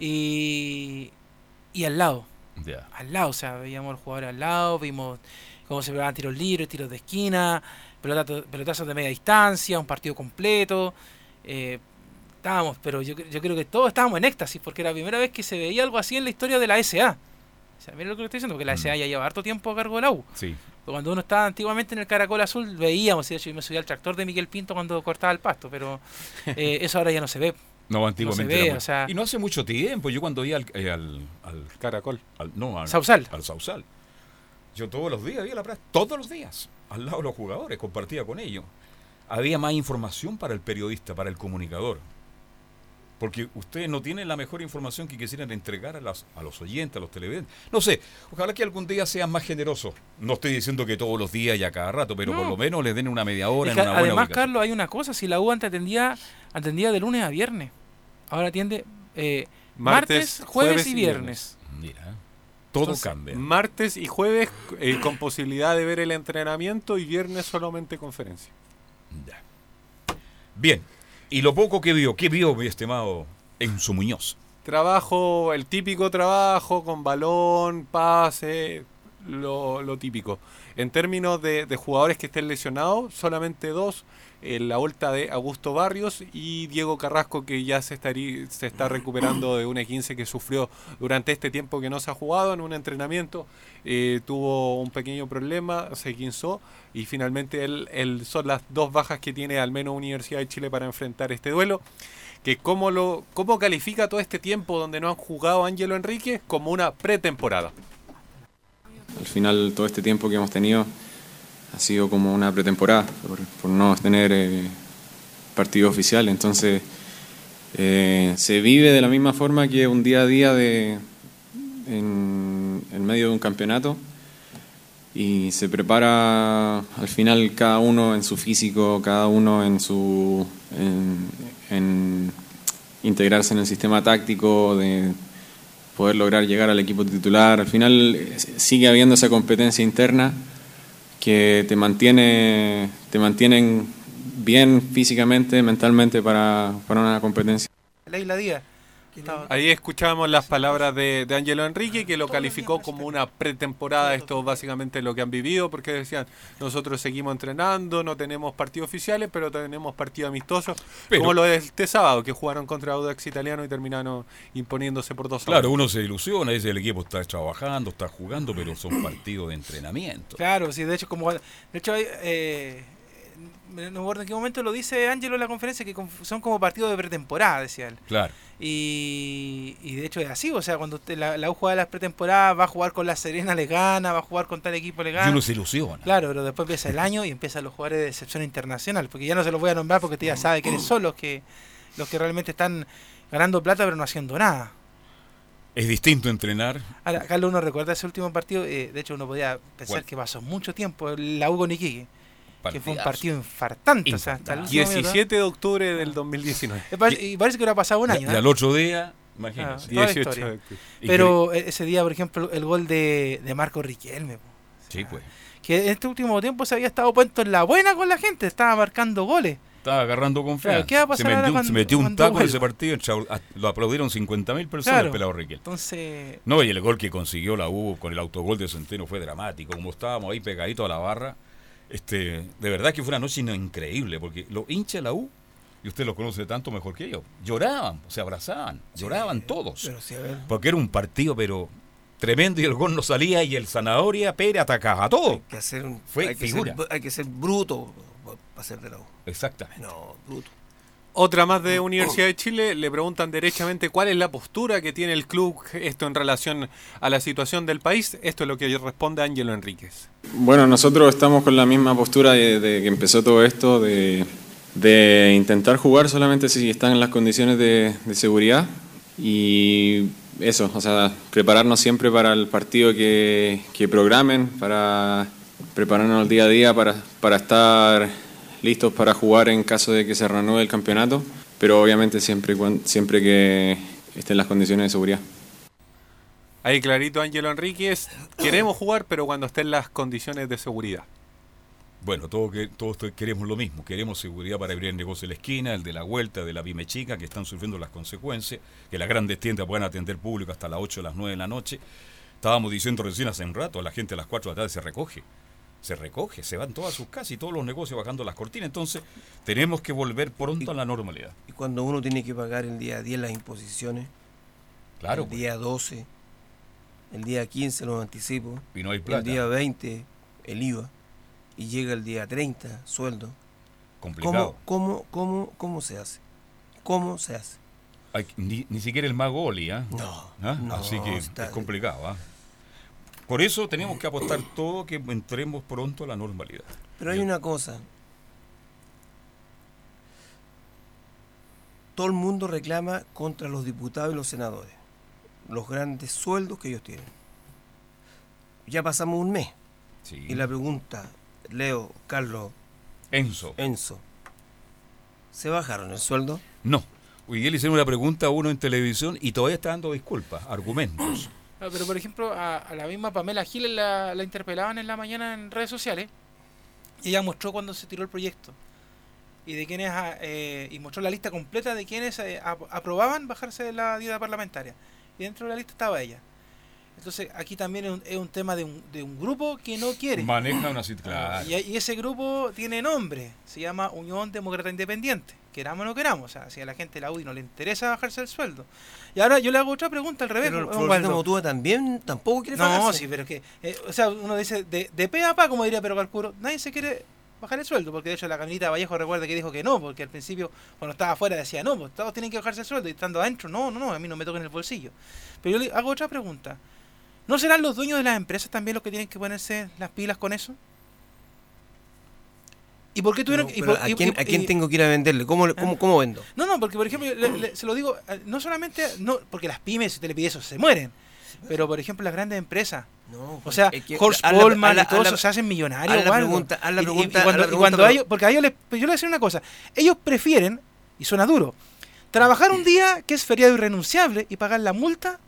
Y, y al lado, Ya. al lado, o sea, veíamos al jugador al lado, vimos cómo se pegaban tiros libres, tiros de esquina, pelotazos, pelotazos de media distancia, un partido completo. Eh, estábamos, pero yo, yo creo que todos estábamos en éxtasis, porque era la primera vez que se veía algo así en la historia de la S A. O sea, mira lo que le estoy diciendo, porque la S A ya lleva harto tiempo a cargo de la U. Sí. Cuando uno estaba antiguamente en el Caracol Azul, veíamos, de hecho yo me subía al tractor de Miguel Pinto cuando cortaba el pasto, pero eh, eso ahora ya no se ve. No, antiguamente. No se ve, era muy- o sea- y no hace mucho tiempo, yo cuando iba al, eh, al, al Caracol, al, no, al Sausal. al Sausal, yo todos los días, había la práctica, todos los días, al lado de los jugadores, compartía con ellos. Había más información para el periodista, para el comunicador. Porque ustedes no tienen la mejor información que quisieran entregar a, las, a los oyentes, a los televidentes. No sé, ojalá que algún día sean más generosos. No estoy diciendo que todos los días y a cada rato, pero No. por lo menos les den una media hora Es en que una buena además, ubicación. Carlos, hay una cosa, si la U antes atendía, atendía de lunes a viernes, ahora atiende eh, martes, jueves, y viernes. Mira, todo Entonces, cambia. Martes y jueves eh, con posibilidad de ver el entrenamiento y viernes solamente conferencia. Ya. Bien, y lo poco que vio, ¿qué vio, mi estimado Enzo Muñoz? Trabajo, el típico trabajo con balón, pase, lo, lo típico. En términos de, de jugadores que estén lesionados, solamente dos, eh, la vuelta de Augusto Barrios y Diego Carrasco, que ya se, estarí, se está recuperando de una quince que sufrió durante este tiempo que no se ha jugado en un entrenamiento. Eh, tuvo un pequeño problema, se quinzó y finalmente él, él son las dos bajas que tiene al menos Universidad de Chile para enfrentar este duelo. Que cómo, lo, cómo califica todo este tiempo donde no han jugado Ángelo Enríquez como una pretemporada. Al final todo este tiempo que hemos tenido ha sido como una pretemporada por, por no tener eh, partido oficial, entonces eh, se vive de la misma forma que un día a día de, en, en medio de un campeonato y se prepara al final cada uno en su físico, cada uno en su en, en integrarse en el sistema táctico, de poder lograr llegar al equipo titular. Al final eh, sigue habiendo esa competencia interna que te mantiene te mantienen bien físicamente, mentalmente para, para una competencia. Leila Díaz. Estaba- Ahí escuchábamos las palabras de, de Ángelo Enrique, que lo calificó como una pretemporada. Esto básicamente es lo que han vivido, porque decían, nosotros seguimos entrenando, no tenemos partidos oficiales, pero tenemos partidos amistosos, Pero- como lo de este sábado, que jugaron contra Audax Italiano y terminaron imponiéndose por dos a Claro, uno. uno se ilusiona, dice el equipo está trabajando, está jugando, pero son partidos de entrenamiento. Claro, sí, de hecho, como de hecho hay, eh, no me acuerdo en qué momento lo dice Ángelo en la conferencia, que conf- son como partidos de pretemporada, decía él. Claro. Y, y de hecho es así, o sea, cuando usted, la, la U juega las pretemporadas, va a jugar con la Serena, le gana, va a jugar con tal equipo, le gana. Y uno se ilusiona. Claro, pero después empieza el año y empiezan los jugadores de excepción internacional, porque ya no se los voy a nombrar porque usted ya sabe que son los que, los que realmente están ganando plata pero no haciendo nada. Es distinto entrenar. Ahora, Carlos, uno recuerda ese último partido, eh, de hecho uno podía pensar ¿Cuál? que pasó mucho tiempo, la U con Iquique, que fue un Partidazo. partido infartante, o sea, hasta el último minuto. diecisiete de octubre del dos mil diecinueve. Eh, parece- Y parece que hubiera pasado un año. Y ¿eh? al otro día, Ah, imagínense. toda la dieciocho historia. de octubre. Pero eh, ese día, por ejemplo, el gol de, de Marco Riquelme, po, Sí, pues. que en este último tiempo se había estado puesto en la buena con la gente, estaba marcando goles. Estaba agarrando confianza. Claro, ¿qué va a pasar se metió, ahora un- cuando- se metió un cuando taco en vuelva? ese partido. chau- a- Lo aplaudieron cincuenta mil personas, Claro. el pelado Riquel. Entonces, No, y el gol que consiguió la U con el autogol de Centeno fue dramático. Como estábamos ahí pegaditos a la barra, este, de verdad que fue una noche increíble, porque los hinchas de la U, y usted los conoce tanto mejor que yo, lloraban, se abrazaban, lloraban todos. Pero sí, a ver, Porque era un partido, pero tremendo, y el gol no salía, y el Zanahoria Pérez atacaba a todo. hay que hacer un, Fue hay que figura. ser, hay que ser bruto para ser de la U. Exactamente. No, bruto. Otra más de Universidad de Chile, le preguntan derechamente cuál es la postura que tiene el club, esto en relación a la situación del país. Esto es lo que responde Ángelo Enríquez. Bueno, nosotros estamos con la misma postura de, de que empezó todo esto, de, de intentar jugar solamente si están en las condiciones de, de seguridad y eso, o sea, prepararnos siempre para el partido que, que programen, para prepararnos el día a día para, para estar listos para jugar en caso de que se reanude el campeonato, pero obviamente siempre, siempre que estén las condiciones de seguridad. Ahí clarito, Ángelo Enríquez, queremos jugar, pero cuando estén las condiciones de seguridad. Bueno, todos, que, todos queremos lo mismo, queremos seguridad para abrir el negocio de la esquina, el de la vuelta, de la pyme chica, que están sufriendo las consecuencias, que las grandes tiendas puedan atender público hasta las ocho o las nueve de la noche. Estábamos diciendo recién hace un rato, la gente a las cuatro de la tarde se recoge, se recoge, se van todas sus casas y todos los negocios bajando las cortinas, entonces tenemos que volver pronto a la normalidad. Y cuando uno tiene que pagar el día diez las imposiciones, claro, el día doce, el día quince los anticipos, y no hay plata. El día veinte el I V A, y llega el día treinta, sueldo. Complicado. ¿Cómo, cómo, cómo, cómo se hace? ¿Cómo se hace? Hay, ni, ni siquiera el mago Oli, ¿eh? No, ¿Ah? no, Así que está es complicado. ¿eh? Por eso tenemos que apostar todo que entremos pronto a la normalidad. Pero hay una cosa. Todo el mundo reclama contra los diputados y los senadores los grandes sueldos que ellos tienen. Ya pasamos un mes. Sí. Y la pregunta, Leo, Carlos, Enzo. Enzo, ¿se bajaron el sueldo? No. Hoy día le hicieron una pregunta a uno en televisión y todavía está dando disculpas, argumentos. No, pero por ejemplo, a, a la misma Pamela Giles la, la interpelaban en la mañana en redes sociales y ella mostró cuando se tiró el proyecto y de quienes eh, y mostró la lista completa de quienes eh, aprobaban bajarse de la dieta parlamentaria y dentro de la lista estaba ella. Entonces aquí también es un, es un tema de un, de un grupo que no quiere. Maneja una situación. Y, y ese grupo tiene nombre, se llama Unión Demócrata Independiente, queramos o no queramos, o sea, si a la gente de la U D I no le interesa bajarse el sueldo. Y ahora yo le hago otra pregunta al revés. Pero Florentino Motúa también tampoco quiere bajarse. No, sí, pero es que, eh, o sea, uno dice, de, de pe a pa, como diría Pedro Calcuro, nadie se quiere bajar el sueldo, porque de hecho la Camilita Vallejo recuerda que dijo que no, porque al principio cuando estaba afuera decía, no, pues todos tienen que bajarse el sueldo, y estando adentro, no, no, no, a mí no me toquen el bolsillo. Pero yo le hago otra pregunta. ¿No serán los dueños de las empresas también los que tienen que ponerse las pilas con eso? ¿Y por qué tuvieron no, y pero por, ¿a, y, quién, y, ¿A quién y, tengo que ir a venderle? ¿Cómo, cómo, cómo vendo? No, no, porque por ejemplo, le, le, se lo digo, no solamente, no porque las pymes, si te le pides eso, se mueren, pero por ejemplo las grandes empresas, no, o sea, es que, Horst a la, Polman a la, y todo a la, eso se hacen millonarios. A la pregunta, a la pregunta, y, y cuando, a la pregunta, y cuando pero, ellos, porque a ellos les, yo le voy a decir una cosa, ellos prefieren, y suena duro, trabajar un día que es feriado irrenunciable y pagar la multa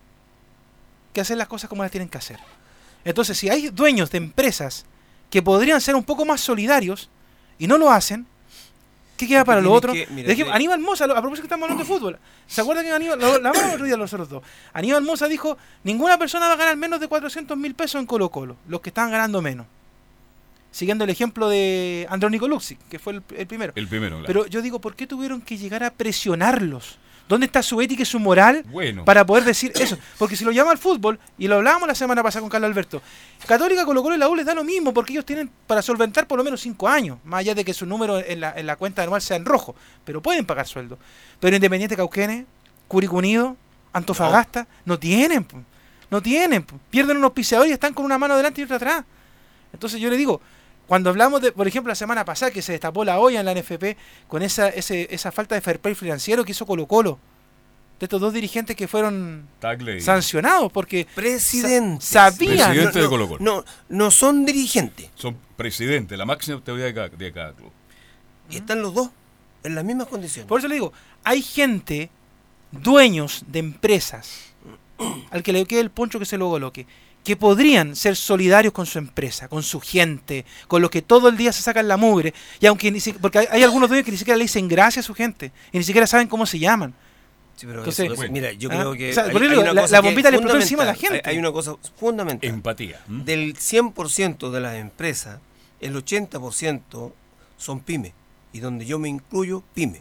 que hacer las cosas como las tienen que hacer. Entonces, si hay dueños de empresas que podrían ser un poco más solidarios y no lo hacen, ¿qué queda para lo otro? Que, mira, que... Aníbal Mosa, a propósito que estamos hablando de fútbol, ¿se acuerdan que Aníbal, lo, la hablamos el otro día nosotros dos? Aníbal Mosa dijo, ninguna persona va a ganar menos de cuatrocientos mil pesos en Colo Colo, los que estaban ganando menos. Siguiendo el ejemplo de Andrónico Luxic, que fue el, el primero. El primero, claro. Pero yo digo, ¿por qué tuvieron que llegar a presionarlos? ¿Dónde está su ética y su moral bueno. para poder decir eso? Porque si lo llama al fútbol, y lo hablábamos la semana pasada con Carlos Alberto, Católica, Colo Colo y la U les da lo mismo, porque ellos tienen para solventar por lo menos cinco años, más allá de que su número en la, en la cuenta anual sea en rojo, pero pueden pagar sueldo. Pero Independiente Cauquenes, Curicó Unido, Antofagasta, no, no tienen, no tienen, pierden un auspiciador y están con una mano adelante y otra atrás. Entonces yo le digo, cuando hablamos de, por ejemplo, la semana pasada que se destapó la olla en la N F P con esa ese, esa falta de fair play financiero que hizo Colo Colo, de estos dos dirigentes que fueron Tagle. sancionados porque presidentes sa sabían. Presidente no, de Colo Colo. No, no son dirigentes. Son presidentes, la máxima autoridad de cada, de cada club. Y están los dos en las mismas condiciones. Por eso le digo, hay gente, dueños de empresas, al que le quede el poncho que se lo coloque, que podrían ser solidarios con su empresa, con su gente, con los que todo el día se sacan la mugre, y aunque ni si, porque hay, hay algunos dueños que ni siquiera le dicen gracias a su gente, y ni siquiera saben cómo se llaman. Sí, pero Entonces, eso, eso, mira, yo ¿ah? creo que o sea, hay, por hay digo, una la, cosa la que bombita es le explotó encima a la fundamental. gente. Hay, hay una cosa fundamental. Empatía. ¿Mm? Del cien por ciento de las empresas, el ochenta por ciento son pymes, y donde yo me incluyo, pymes.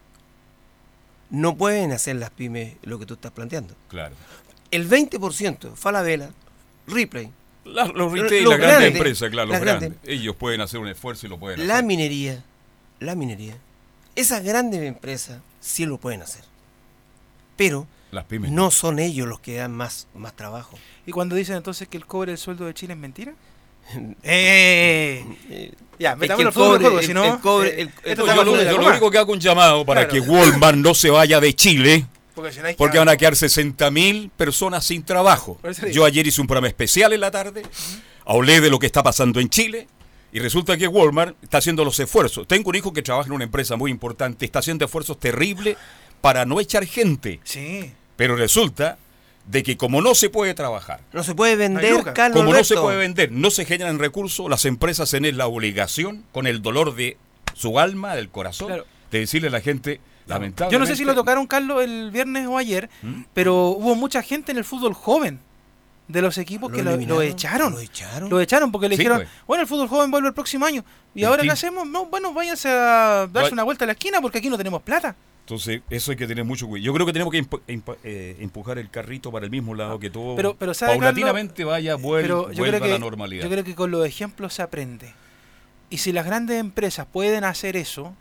No pueden hacer las pymes lo que tú estás planteando. Claro. El veinte por ciento, Falabella, Ripley, La, los retail, los las grandes grandes, empresas, claro, los las grandes. grandes. Ellos pueden hacer un esfuerzo y lo pueden la hacer. minería, la minería, esas grandes empresas sí lo pueden hacer. Pero Las pymes. no son ellos los que dan más, más trabajo. ¿Y cuando dicen entonces que el cobre del sueldo de Chile es mentira? Eh, ya, Es metámoslo que al fútbol el mejor, cobre- si no, el cobre- eh, el- esto el- está Yo, más lo, fuera de la yo lo copa. único que hago un llamado para Claro. que Walmart no se vaya de Chile, Porque si no hay que- porque van a quedar sesenta mil personas sin trabajo. Por eso le Yo digo. ayer hice un programa especial en la tarde, hablé de lo que está pasando en Chile, y resulta que Walmart está haciendo los esfuerzos. Tengo un hijo que trabaja en una empresa muy importante, está haciendo esfuerzos terribles para no echar gente. Sí. Pero resulta de que como no se puede trabajar, No se puede vender, Lucas. Carlos como no se Alberto. puede vender, no se generan recursos, las empresas tienen la obligación, con el dolor de su alma, del corazón, Claro. de decirle a la gente, lamentablemente... Yo no sé si lo tocaron, Carlos, el viernes o ayer, ¿Mm? pero hubo mucha gente en el fútbol joven de los equipos ¿Lo que lo, eliminaron? lo echaron. ¿Lo echaron? Lo echaron porque le Sí, dijeron, pues. bueno, el fútbol joven vuelve el próximo año. ¿Y El ahora qué team. hacemos? No, bueno, váyanse a darse Va- una vuelta a la esquina porque aquí no tenemos plata. Entonces, eso hay que tener mucho cuidado. Yo creo que tenemos que impu- impu- eh, empujar el carrito para el mismo lado, que todo Pero, pero ¿sabe, paulatinamente Carlos? vaya, vuel- Pero yo vuelva creo que, a la normalidad. Yo creo que con los ejemplos se aprende. Y si las grandes empresas pueden hacer eso,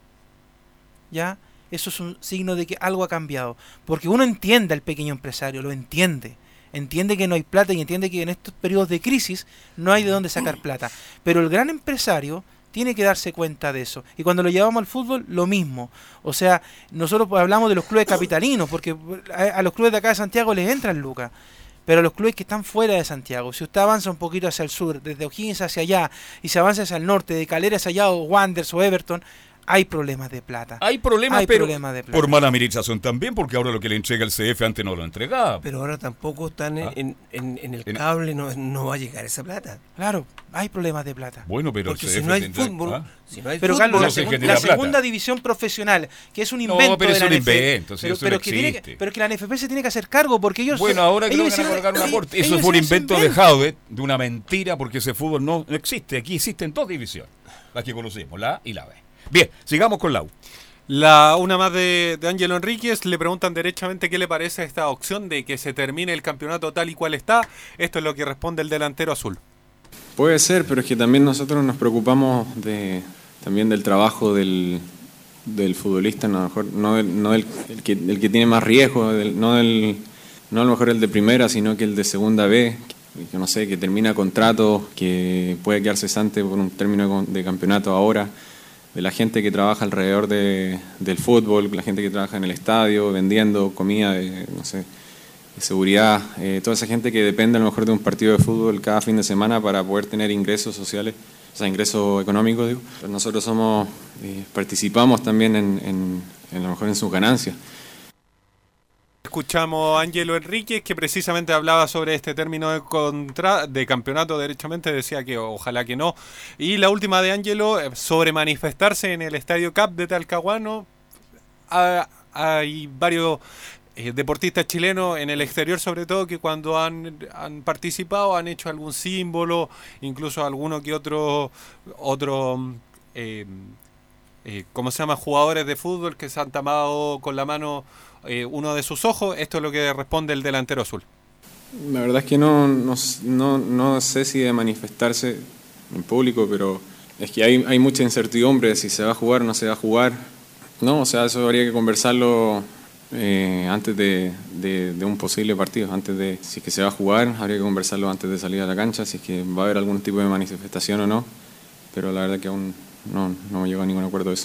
ya, eso es un signo de que algo ha cambiado. Porque uno entiende al pequeño empresario, lo entiende. Entiende que no hay plata y entiende que en estos periodos de crisis no hay de dónde sacar plata. Pero el gran empresario tiene que darse cuenta de eso. Y cuando lo llevamos al fútbol, lo mismo. O sea, nosotros hablamos de los clubes capitalinos, porque a, a los clubes de acá de Santiago les entran lucas. Pero a los clubes que están fuera de Santiago, si usted avanza un poquito hacia el sur, desde O'Higgins hacia allá, y se avanza hacia el norte, de Calera hacia allá, o Wanderers o Everton, hay problemas de plata. Hay problemas, Hay pero problemas de plata. por mala administración también, porque ahora lo que le entrega el C F antes no lo entregaba. Pero ahora tampoco están en, Ah. en, en- en el En- cable, no, no va a llegar esa plata. Claro, hay problemas de plata. Bueno, pero Porque el si C F no hay tendrá- fútbol, ¿ah? si no hay Pero fútbol, Carlos, la, no se segun- genera la plata. segunda división profesional, que es un No, invento pero de es la un N F L, invento, si pero, eso pero no que tiene que, existe. pero que la N F P se tiene que hacer cargo, porque ellos... Bueno, ahora creo ellos que van a hicieron- colocar un ellos- aporte. Eso ellos fue un hicieron ese invento de Jaude, de una mentira, porque ese fútbol no no existe. Aquí existen dos divisiones, las que conocemos, la A y la B. Bien, sigamos con la U. La, una más de, de Ángelo Enríquez, le preguntan derechamente qué le parece esta opción de que se termine el campeonato tal y cual está. Esto es lo que responde el delantero azul. Puede ser, pero es que también nosotros nos preocupamos de también del trabajo del, del futbolista, no, a lo mejor no, el, no el, el, que, el que tiene más riesgo, del- no, el, no a lo mejor el de primera, sino que el de segunda B, que, que no sé, que termina contrato, que puede quedar cesante por un término de, con- de campeonato ahora, de la gente que trabaja alrededor de, del fútbol, la gente que trabaja en el estadio, vendiendo comida, de, no sé, de seguridad, eh, toda esa gente que depende a lo mejor de un partido de fútbol cada fin de semana para poder tener ingresos sociales, o sea, ingresos económicos, digo. Nosotros somos, eh, participamos también en, en, en a lo mejor en sus ganancias. Escuchamos a Ángelo Enríquez, que precisamente hablaba sobre este término de contra de campeonato, derechamente decía que ojalá que no. Y la última de Ángelo, eh, sobre manifestarse en el Estadio Cap de Talcahuano. Ah, hay varios eh, deportistas chilenos en el exterior, sobre todo, que cuando han, han participado han hecho algún símbolo, incluso alguno que otro, otro eh, eh, ¿cómo se llama? Jugadores de fútbol que se han tapado con la mano eh, uno de sus ojos. Esto es lo que responde el delantero azul. La verdad es que no, no, no, no sé si de manifestarse en público, pero es que hay, hay mucha incertidumbre de si se va a jugar o no se va a jugar. No, o sea, eso habría que conversarlo eh, antes de, de, de un posible partido, antes de si es que se va a jugar, habría que conversarlo antes de salir a la cancha, si es que va a haber algún tipo de manifestación o no, pero la verdad que aún no, no me llegó a ningún acuerdo de eso.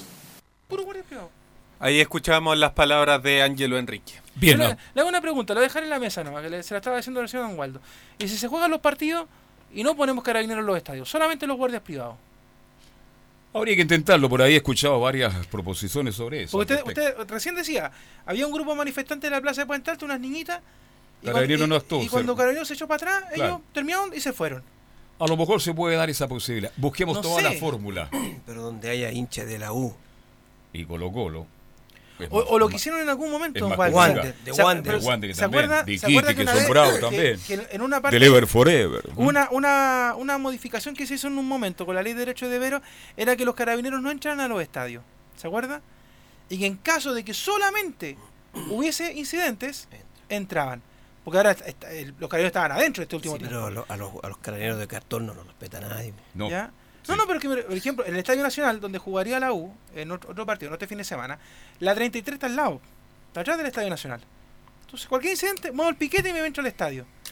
Ahí escuchamos las palabras de Ángelo Enrique. Bien, Yo no. le, le hago una pregunta, lo voy a dejar en la mesa nomás, que le- se la estaba haciendo recién a Don Waldo. Y si se juegan los partidos y no ponemos carabineros en los estadios, solamente los guardias privados. Habría que intentarlo, por ahí he escuchado varias proposiciones sobre eso. Porque al usted, respecto. usted recién decía, había un grupo de manifestantes en la plaza de Puente Alto, unas niñitas, y, Carabinero cuando, no y- estuvo y cuando cerca. Carabineros se echó para atrás, Claro. ellos terminaron y se fueron. A lo mejor se puede dar esa posibilidad. Busquemos No toda sé. la fórmula. Pero donde haya hincha de la U. Y Colo Colo. es O, más- o lo que más- hicieron en algún momento, es Don más Waldo. complicado. de ¿Se- Wander. pero De Wander ¿se también, acuerda- de se Iquique, acuerda que una son vez bravos que- también. que en una parte Del Ever Forever. Una, una, una modificación que se hizo en un momento con la ley de derechos de veros era que los carabineros no entraran a los estadios. ¿Se acuerda? Y que en caso de que solamente hubiese incidentes, entraban. Porque ahora está- el- los carabineros estaban adentro este último Sí, tiempo. pero a, lo- a los, a los carabineros de cartón no los respeta nadie. No. ¿Ya? No, no, pero que, por ejemplo, en el Estadio Nacional, donde jugaría la U, en otro, otro partido, no este fin de semana, la treinta y tres está al lado, está atrás del Estadio Nacional. Entonces, cualquier incidente, muevo el piquete y me entro al estadio.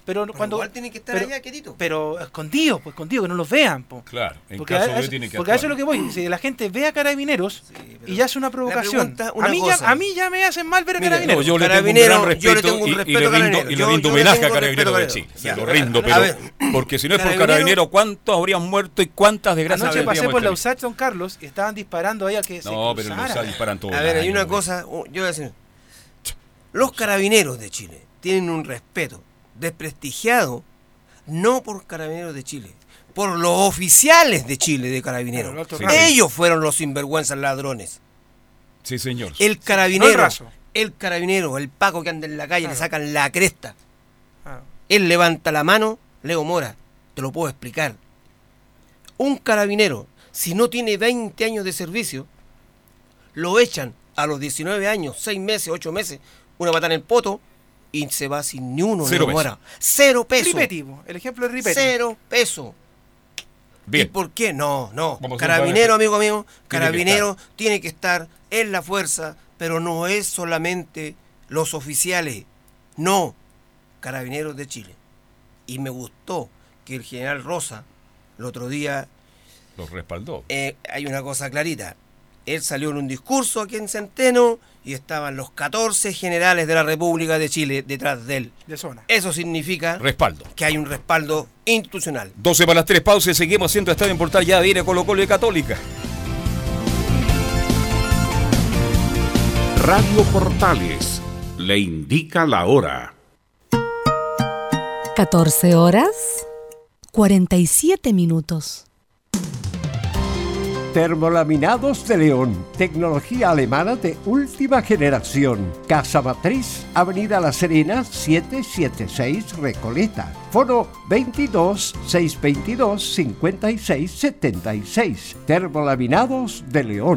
pero, Pero cuando igual tienen que estar pero, allá quietitos. Pero escondidos, pues escondidos, que no los vean, po. Claro, en Porque, caso a, de eso, tiene que porque a eso es actuar. lo que voy. Si la gente ve a Carabineros y ya hace una provocación, pregunta, una a, mí ya, cosa. a mí ya me hacen mal ver a Mire, Carabineros. No, yo le tengo un Carabinero, gran yo le respeto, tengo un y- y, respeto le a rindo, Carabineros. y le Yo- rindo yo le homenaje a tengo Carabineros de respeto a Chile. Se Carabineros. lo Ya, rindo, a pero ver, porque si no es por Carabineros- Carabineros, ¿cuántos habrían muerto y cuántas desgracias Anoche pasé habríamos por la hecho? U S A C Don Carlos y estaban disparando ahí a que se No, pero en cruzara. los U S A C disparan todo A el ver, hay año, una güey. cosa, uh, yo voy a decir, los Carabineros de Chile tienen un respeto desprestigiado, no por Carabineros de Chile, por los oficiales de Chile de Carabineros. Claro, el alto Sí, rango. Ellos fueron los sinvergüenzas ladrones. Sí, señor. El No el carabinero, raso. el carabinero, el Paco que anda en la calle, Claro. le sacan la cresta. Ah. Él levanta la mano, Leo Mora, te lo puedo explicar. Un carabinero, si no tiene veinte años de servicio, lo echan a los diecinueve años, seis meses, ocho meses, una patada en el poto y se va sin ni uno, Cero Leo Mora. Cero peso. Ripetti, po. El ejemplo es Ripetti. Cero peso. Bien. ¿Y por qué? No, no. Vamos a Carabinero, un- amigo mío, Tiene que carabinero tiene que estar en la fuerza, pero no es solamente los oficiales. No, Carabineros de Chile. Y me gustó que el general Rosa, el otro día, Los respaldó. eh, hay una cosa clarita. Él salió en un discurso aquí en Centeno y estaban los catorce generales de la República de Chile detrás de él. De zona. Eso significa Respaldo. que hay un respaldo institucional. doce para las tres pausas, seguimos haciendo Estadio en Portal, ya viene Colo Colo y Católica. Radio Portales le indica la hora. catorce horas, cuarenta y siete minutos. Termolaminados de León, tecnología alemana de última generación. Casa Matriz, Avenida La Serena, setecientos setenta y seis Recoleta. Foro veintidós, seiscientos veintidós, cincuenta y seis setenta y seis. Termolaminados de León.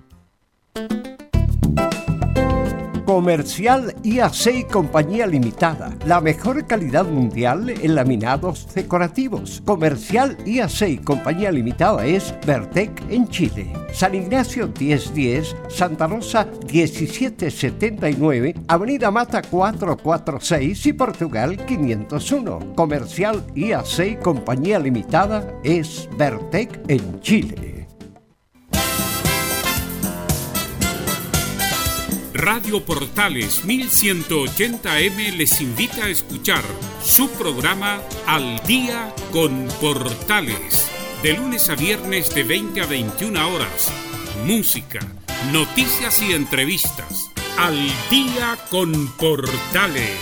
Comercial I A C y Compañía Limitada. La mejor calidad mundial en laminados decorativos. Comercial I A C y Compañía Limitada es Vertec en Chile. San Ignacio diez diez, Santa Rosa diecisiete setenta y nueve, Avenida Mata cuatrocientos cuarenta y seis y Portugal quinientos uno. Comercial I A C y Compañía Limitada es Vertec en Chile. Radio Portales mil ciento ochenta eme les invita a escuchar su programa Al Día con Portales. De lunes a viernes de veinte a veintiuna horas. Música, noticias y entrevistas. Al Día con Portales.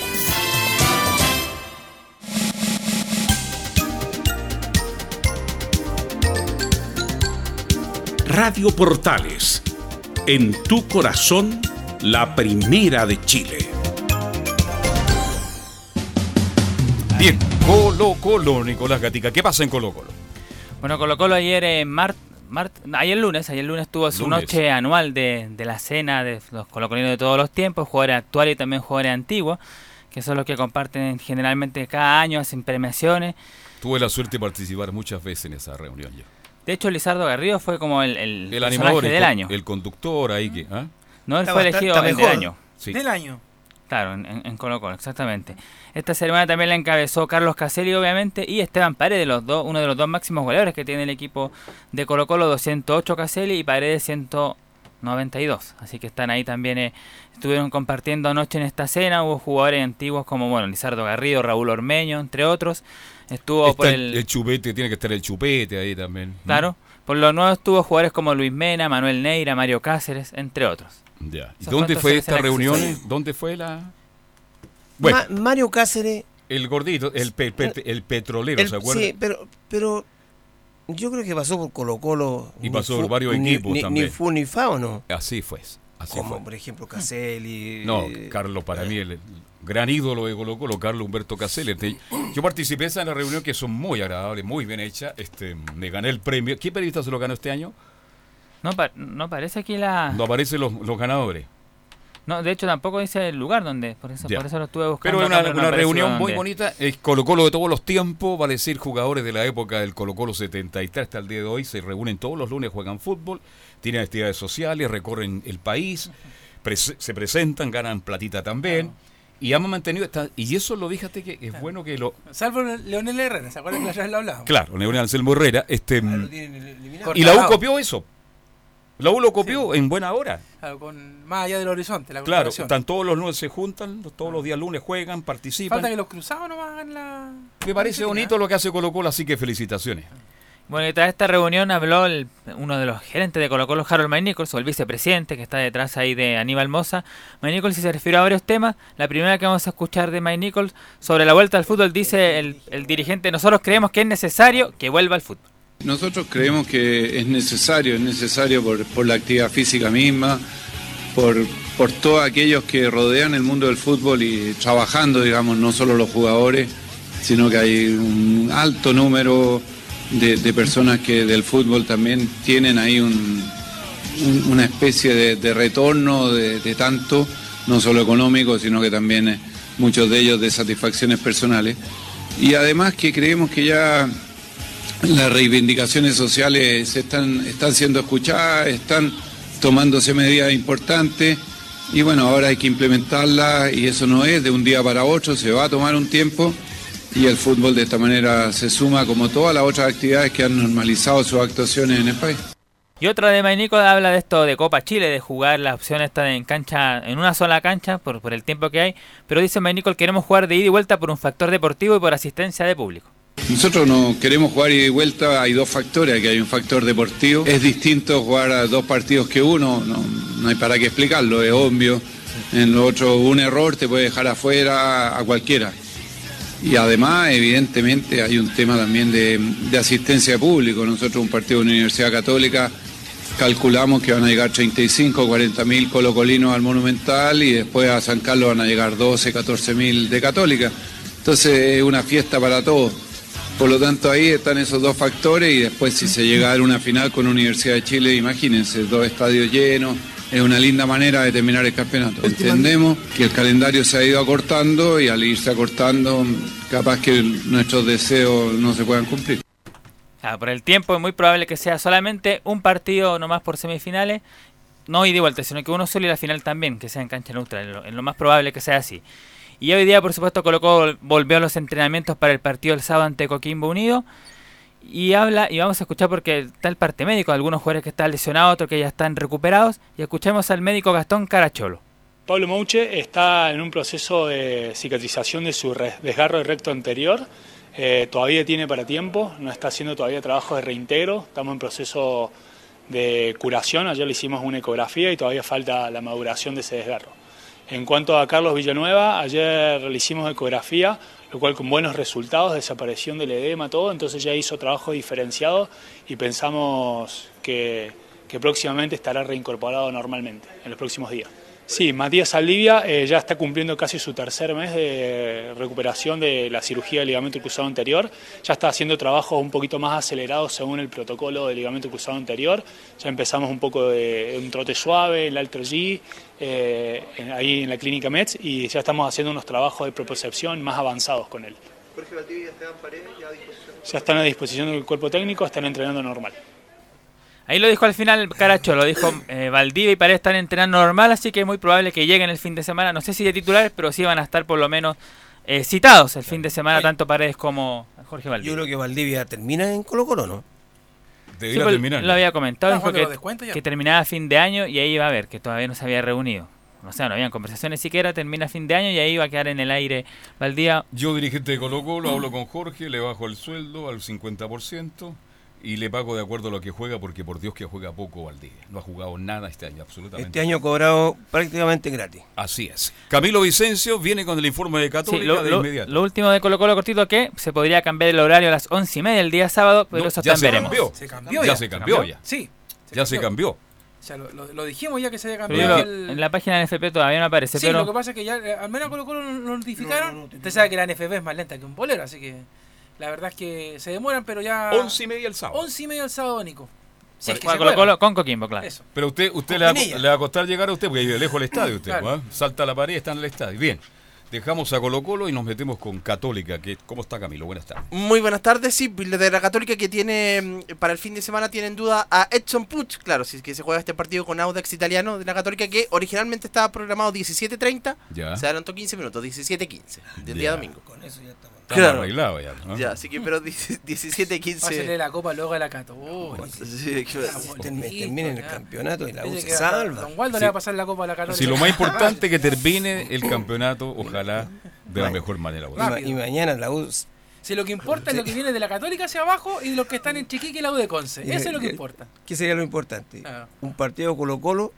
Radio Portales. En tu corazón, la primera de Chile. Bien, Colo Colo, Nicolás Gatica. ¿Qué pasa en Colo Colo? Bueno, Colo Colo ayer, eh, mart, mart, ayer lunes, ayer lunes tuvo su Lunes. noche anual de, de la cena de los colocolinos de todos los tiempos, jugadores actuales y también jugadores antiguos, que son los que comparten generalmente cada año, hacen premiaciones. Tuve la suerte de participar muchas veces en esa reunión yo. De hecho, Lizardo Garrido fue como el, el, El personaje animador, el, del con- año. el conductor ahí que... ¿ah? No, él Está fue bastante- elegido está el del mejor. año. Sí. Del año. Claro, en, en, en Colo Colo, exactamente. Esta ceremonia también la encabezó Carlos Caselli, obviamente, y Esteban Paredes, los dos, uno de los dos máximos goleadores que tiene el equipo de Colo Colo, doscientos ocho Caselli y Paredes ciento noventa y dos. Así que están ahí también, eh, estuvieron compartiendo anoche en esta cena. Hubo jugadores antiguos como, bueno, Lizardo Garrido, Raúl Ormeño, entre otros. Estuvo Está por el, el... el chupete, tiene que estar el chupete ahí también. ¿Mm? Claro, por lo nuevo estuvo jugadores como Luis Mena, Manuel Neira, Mario Cáceres, entre otros. Ya. ¿Y Esas dónde fotos fue se- esta se- reunión? ¿Dónde fue la...? Bueno, Ma- Mario Cáceres. el gordito, el, pe- pe- el petrolero, el- ¿se acuerdan? sí, pero, pero yo creo que pasó por Colo Colo. Y ni pasó fu- por varios ni- equipos ni, también. Ni fu ni fa, ¿o no? Así fue. Así Como fue. por ejemplo Caselli. No, eh, Carlos, para mí, el, el gran ídolo de Colo Colo, Carlos Humberto Caselli. Este, yo participé en esa reunión que son muy agradables, muy bien hechas. Este, me gané el premio. ¿Qué periodista se lo ganó este año? No, pa- no parece aquí la... No aparecen los, los ganadores. No, de hecho tampoco dice el lugar donde, por eso, Ya. por eso lo estuve buscando. Pero es acá, una, no una aparece reunión dónde. muy bonita. Es Colo Colo de todos los tiempos, vale decir, jugadores de la época del Colo Colo setenta y tres hasta el día de hoy, se reúnen todos los lunes, juegan fútbol, tienen actividades sociales, recorren el país, pres- se presentan, ganan platita también. Y hemos mantenido esta, y eso lo fíjate que es bueno que lo... Salvo Leonel Herrera, ¿se acuerdan que la otra vez lo hablábamos? Claro, Leonel Anselmo Herrera, este... Ah, y la U copió eso. La U lo copió sí. en buena hora. Claro, con, más allá del horizonte, la Claro, están todos los lunes, se juntan, todos los días lunes juegan, participan. Falta que los cruzados no hagan la... Me parece bonito lo que hace Colo Colo, así que felicitaciones. Bueno, y tras esta reunión habló el, uno de los gerentes de Colo Colo, Harold Mike Nichols, o el vicepresidente que está detrás ahí de Aníbal Mosa. Mike Nichols se refirió a varios temas. La primera que vamos a escuchar de Mike Nichols sobre la vuelta al fútbol, dice el, el dirigente, nosotros creemos que es necesario que vuelva al fútbol. Nosotros creemos que es necesario, es necesario por, por la actividad física misma, por, por todos aquellos que rodean el mundo del fútbol y trabajando, digamos, no solo los jugadores, sino que hay un alto número de, de personas que del fútbol también tienen ahí un, un, una especie de, de retorno de, de tanto, no solo económico, sino que también eh, muchos de ellos de satisfacciones personales. Y además que creemos que ya las reivindicaciones sociales están, están siendo escuchadas, están tomándose medidas importantes y bueno, ahora hay que implementarlas y eso no es de un día para otro, se va a tomar un tiempo y el fútbol de esta manera se suma como todas las otras actividades que han normalizado sus actuaciones en el país. Y otra de Mainico habla de esto de Copa Chile, de jugar la opción esta en cancha, en una sola cancha por, por el tiempo que hay, pero dice Mainico, queremos jugar de ida y vuelta por un factor deportivo y por asistencia de público. Nosotros no queremos jugar ida y vuelta, hay dos factores, aquí hay un factor deportivo, es distinto jugar a dos partidos que uno, no, no hay para qué explicarlo, es obvio, en lo otro un error te puede dejar afuera a cualquiera. Y además, evidentemente, hay un tema también de, de asistencia de público. Nosotros, un partido de la Universidad Católica, calculamos que van a llegar treinta y cinco, cuarenta mil colocolinos al Monumental y después a San Carlos van a llegar doce, catorce mil de Católica. Entonces, es una fiesta para todos. Por lo tanto, ahí están esos dos factores y después, si se llega a dar una final con Universidad de Chile, imagínense, dos estadios llenos. Es una linda manera de terminar el campeonato. Entendemos que el calendario se ha ido acortando y al irse acortando, capaz que nuestros deseos no se puedan cumplir. Ah, por el tiempo es muy probable que sea solamente un partido nomás por semifinales, no ida y vuelta, sino que uno solo y la final también, que sea en cancha neutral, es lo, es lo más probable que sea así. Y hoy día, por supuesto, Colo Colo volvió a los entrenamientos para el partido del sábado ante Coquimbo Unido. Y habla, y vamos a escuchar porque está el parte médico, algunos jugadores que están lesionados, otros que ya están recuperados, y escuchemos al médico Gastón Caracholo. Pablo Mouche está en un proceso de cicatrización de su desgarro de recto anterior, eh, todavía tiene para tiempo, no está haciendo todavía trabajo de reintegro, estamos en proceso de curación, ayer le hicimos una ecografía y todavía falta la maduración de ese desgarro. En cuanto a Carlos Villanueva, ayer le hicimos ecografía, lo cual con buenos resultados, desaparición del edema, todo, entonces ya hizo trabajo diferenciado y pensamos que, que próximamente estará reincorporado normalmente, en los próximos días. Sí, Matías Saldivia eh, ya está cumpliendo casi su tercer mes de recuperación de la cirugía del ligamento cruzado anterior, ya está haciendo trabajos un poquito más acelerados según el protocolo del ligamento cruzado anterior, ya empezamos un poco de, de un trote suave, el Alter G, eh, en, ahí en la clínica Metz, y ya estamos haciendo unos trabajos de propiocepción más avanzados con él. Jorge Valdivia, Esteban Paredes, ya a disposición. Ya están a disposición del cuerpo técnico, están entrenando normal. Ahí lo dijo al final Caracho, lo dijo eh, Valdivia y Paredes están entrenando normal, así que es muy probable que lleguen el fin de semana, no sé si de titulares, pero sí van a estar por lo menos eh, citados el fin de semana, tanto Paredes como Jorge Valdivia. Yo creo que Valdivia termina en Colo Colo, ¿no? Debería sí, pues, terminar. Lo había comentado, dijo que, ya. que terminaba a fin de año y ahí iba a ver, que todavía no se había reunido. O sea, no habían conversaciones siquiera, termina a fin de año y ahí va a quedar en el aire Valdivia. Yo, dirigente de Colo Colo, hablo con Jorge, le bajo el sueldo al cincuenta por ciento. Y le pago de acuerdo a lo que juega, porque por Dios que juega poco Valdivia. No ha jugado nada este año, absolutamente. Este año ha cobrado prácticamente gratis. Así es. Camilo Vicencio viene con el informe de Católica sí, lo, de lo, inmediato. Lo último de Colo Colo cortito, que se podría cambiar el horario a las once y media el día sábado, pero no, eso ya también se veremos. Cambió. Se cambió ya. ya. se cambió, ¿Cambió? ya. Sí. Se ya cambió. se cambió. O sea, lo, lo, lo dijimos ya que se había Pero cambiado. digo, el... En la página de N F P todavía no aparece. Sí, pero... lo que pasa es que ya, eh, al menos Colo Colo lo notificaron. No, no, no, Usted sabe que la N F P es más lenta que un bolero, así que la verdad es que se demoran, pero ya... Once y media el sábado. Once y media el sábado, Nico. Sí, es que Colo Colo con Coquimbo, claro. Eso. Pero usted usted le va, le va a costar llegar a usted, porque vive lejos del estadio usted, claro. ¿eh? Salta a la pared y está en el estadio. Bien. Dejamos a Colo Colo y nos metemos con Católica. Que, ¿cómo está Camilo? Buenas tardes. Muy buenas tardes, sí, de la Católica que tiene, para el fin de semana tiene en duda a Edson Puch, claro, si es que se juega este partido con Audax Italiano de la Católica, que originalmente estaba programado diecisiete treinta, Ya. se adelantó quince minutos, diecisiete quince, del Ya. día domingo. Con eso ya estamos. Estamos Claro. arreglados ya, ¿no? Ya, así que, pero diecisiete quince. Pásale la copa luego a la Cato. Uy, Sí, que- Terminen el campeonato y la U Dice se que a salva. Don Waldo Sí. le va a pasar la copa a la Católica. Si lo más importante es que termine el campeonato, ojalá de la mejor manera Y, posible. ma- y mañana la U. Si lo que importa es lo que viene de la Católica hacia abajo y los que están en Chiquique y la U de Conce. y- Eso es lo que y- importa. ¿Qué sería lo importante? Ah. Un partido Colo-Colo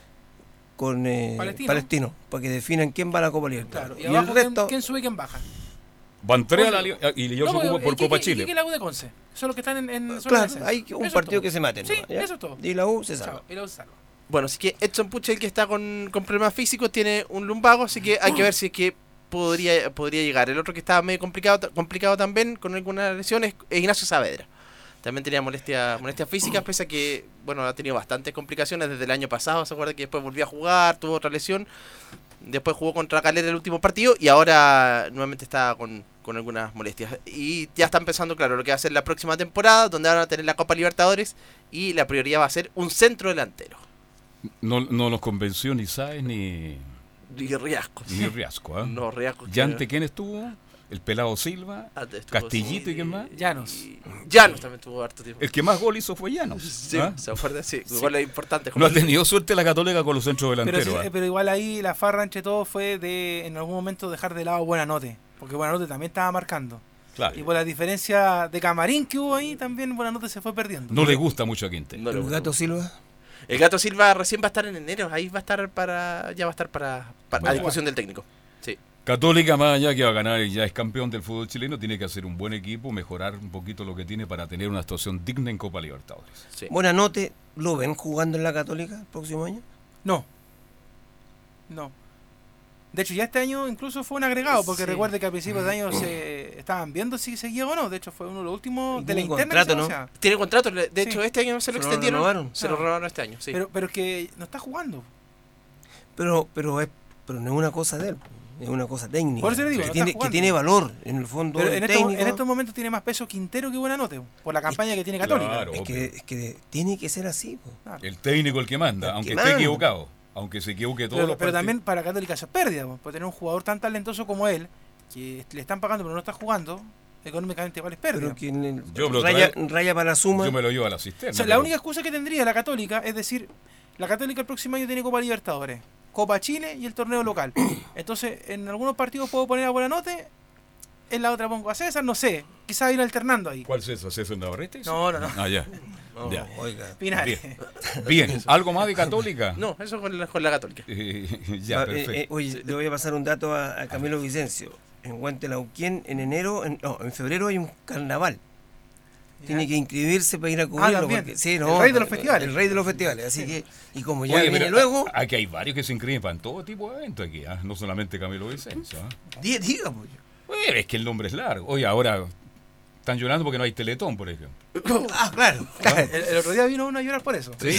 con eh, Palestino. Palestino. para que definan quién va a la Copa Libertadores. Claro. Y, Y, el abajo, ¿quién- resto, ¿quién, sube y quién baja? Van tres a la Oye, li- y yo No, se ocupo porque por Iquique- Copa Iquique Chile. y la U de Conce. Son los que están en, en zona de claro, descenso. hay un Eso es partido todo. que se maten. Sí, ¿no? ¿Ya? eso es todo. Y la U se salva. Chao, y la U se salva. Bueno, así que Edson Puch, el que está con, con problemas físicos, tiene un lumbago, así que hay que ver si es que podría, podría llegar. El otro que estaba medio complicado, complicado también, con alguna lesión, es Ignacio Saavedra. También tenía molestia, molestias físicas, pese a que, bueno, ha tenido bastantes complicaciones desde el año pasado. Se acuerda que después volvió a jugar, tuvo otra lesión. Después jugó contra Calera el último partido y ahora nuevamente está con, con algunas molestias. Y ya está empezando, claro, lo que va a ser la próxima temporada, donde van a tener la Copa Libertadores y la prioridad va a ser un centro delantero. No, no los convenció ni Sáez ni, Y Riasco. ni Riasco. ¿eh? No, Riasco. ¿Y ante quién estuvo? El Pelado Silva, Antes estuvo, Castillito sí, y quién más. Llanos. Llanos también tuvo harto tiempo. El que más gol hizo fue Llanos. Sí, ¿ah? se acuerda, sí, Sí. goles importantes. No ha tenido suerte la Católica con los centros Pero, delanteros. sí, ¿ah? eh, pero igual ahí la farra entre todos fue de en algún momento dejar de lado Buenanote. Porque Buenanote también estaba marcando. Claro. Y por la diferencia de camarín que hubo ahí, también Buenanote se fue perdiendo. No le gusta mucho a Quinte. No le ¿El gusta Gato mucho. Silva? El Gato Silva recién va a estar en enero, ahí va a estar para, ya va a estar para, para Bueno. a disposición del técnico. Sí. Católica, más allá que va a ganar y ya es campeón del fútbol chileno, tiene que hacer un buen equipo, mejorar un poquito lo que tiene para tener una actuación digna en Copa Libertadores. Sí. Buenanote, ¿lo ven jugando en la Católica el próximo año? No. No. De hecho, ya este año incluso fue un agregado, porque Sí. recuerde que a principios de año se estaban viendo si seguía o no. De hecho, fue uno de los últimos Y de la tiene interna. contrato, que se ¿no? anunciaba. Tiene contrato, de Sí. hecho este año se lo ¿Se lo extendieron. renovaron? Se lo Ah. renovaron este año, sí. Pero, pero es que no está jugando. Pero, pero, es, pero no es una cosa de él, es una cosa técnica. Por eso le digo, que, no tiene, está que jugando. tiene valor en el fondo. Pero el en, estos, técnico. en estos momentos tiene más peso Quintero que Buenanote, por la campaña que tiene Católica. Claro, es, que, es que tiene que ser así. po. El técnico el que manda, El que aunque manda. esté equivocado, aunque se equivoque todos Pero, los pero partidos. también para Católica eso es pérdida, po, por tener un jugador tan talentoso como él, que le están pagando pero no está jugando, económicamente igual es pérdida. Pero que en el- Yo me lo raya, trae- raya para la suma. Yo me lo llevo a la cisterna. O sea, la pero- única excusa que tendría la Católica es decir, la Católica el próximo año tiene Copa Libertadores, Copa Chile y el torneo local. Entonces, en algunos partidos puedo poner a Buenanote, en la otra pongo a César, no sé, quizás ir alternando ahí. ¿Cuál es eso? ¿César Navarrete? No, no, no. Ah, ya. No, Ya. oiga. Pinares. Bien. Bien. ¿Algo más de Católica? No, eso con la, con la Católica. Eh, ya, Ah, eh, perfecto. eh, oye, le voy a pasar un dato a, a Camilo Vicencio. En Huantelauquén, en enero, en, no, en febrero hay un carnaval. Tiene que inscribirse para ir a cubrirlo. también. porque, sí, El no, rey de los festivales. El rey de los festivales. Así que, y como ya Oye, viene pero luego, a- aquí hay varios que se inscriben para todo tipo de eventos aquí, ¿ah? No solamente Camilo Vicencio. ¿ah? diga, diga, pues. Bueno, es que el nombre es largo. Oye, ahora están llorando porque no hay Teletón, por ejemplo. Ah, claro. El, el otro día vino uno a llorar por eso. ¿Sí?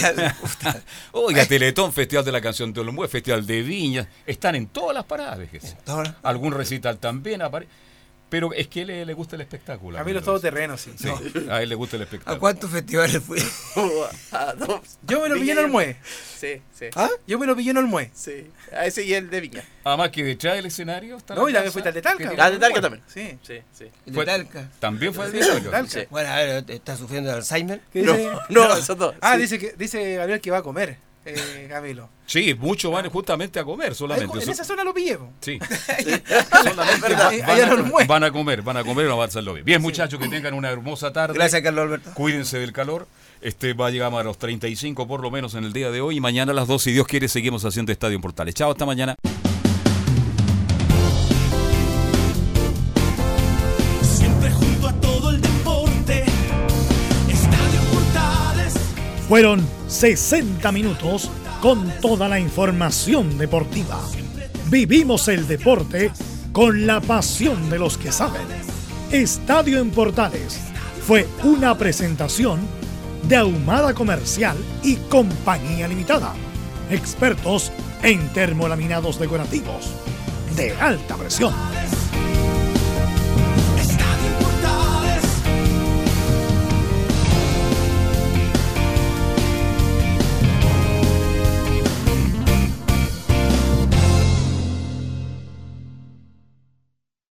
Oiga, Teletón, Festival de la Canción de Olomue, Festival de Viña, están en todas las paradas, fíjese. Todas. Algún recital también aparece. Pero es que le, le gusta el espectáculo. A mí los todoterrenos, sí. Sí, a él le gusta el ¿A espectáculo. cuántos festivales fui? Ah, no. Yo me lo pillé en Olmué. Sí, sí. ¿Ah? Yo me lo pillé en Olmué. Sí. A ese y el de Viña. Además que detrás del escenario está No, la y también casa fuiste al de Talca. que po. tiene- Ah, de Talca también. Sí. Sí, sí. El Fue- de Talca. También fue el Sí, de Talca. Talca. Sí. Bueno, a ver, ¿está sufriendo de Alzheimer? ¿Qué No, dice? no, esos dos. Ah, Sí. dice que dice Gabriel que va a comer, eh, Camilo. Sí, muchos van justamente a comer Ahí, solamente. en esa zona lo pillé. po. Sí. Solamente van, Ahí- allá a, no mueve. van a comer, van a comer y van a pasarlo bien. Bien, muchachos, que tengan una hermosa tarde. Gracias, Carlos Alberto. Cuídense del calor. Este va a llegar a los treinta y cinco por lo menos en el día de hoy. Y mañana a las dos, si Dios quiere, seguimos haciendo Estadio en Portales. Chao, hasta mañana. Siempre junto a todo el deporte. Estadio Portales. Fueron sesenta minutos con toda la información deportiva. Vivimos el deporte con la pasión de los que saben. Estadio en Portales fue una presentación de Ahumada Comercial y Compañía Limitada. Expertos en termolaminados decorativos de alta presión.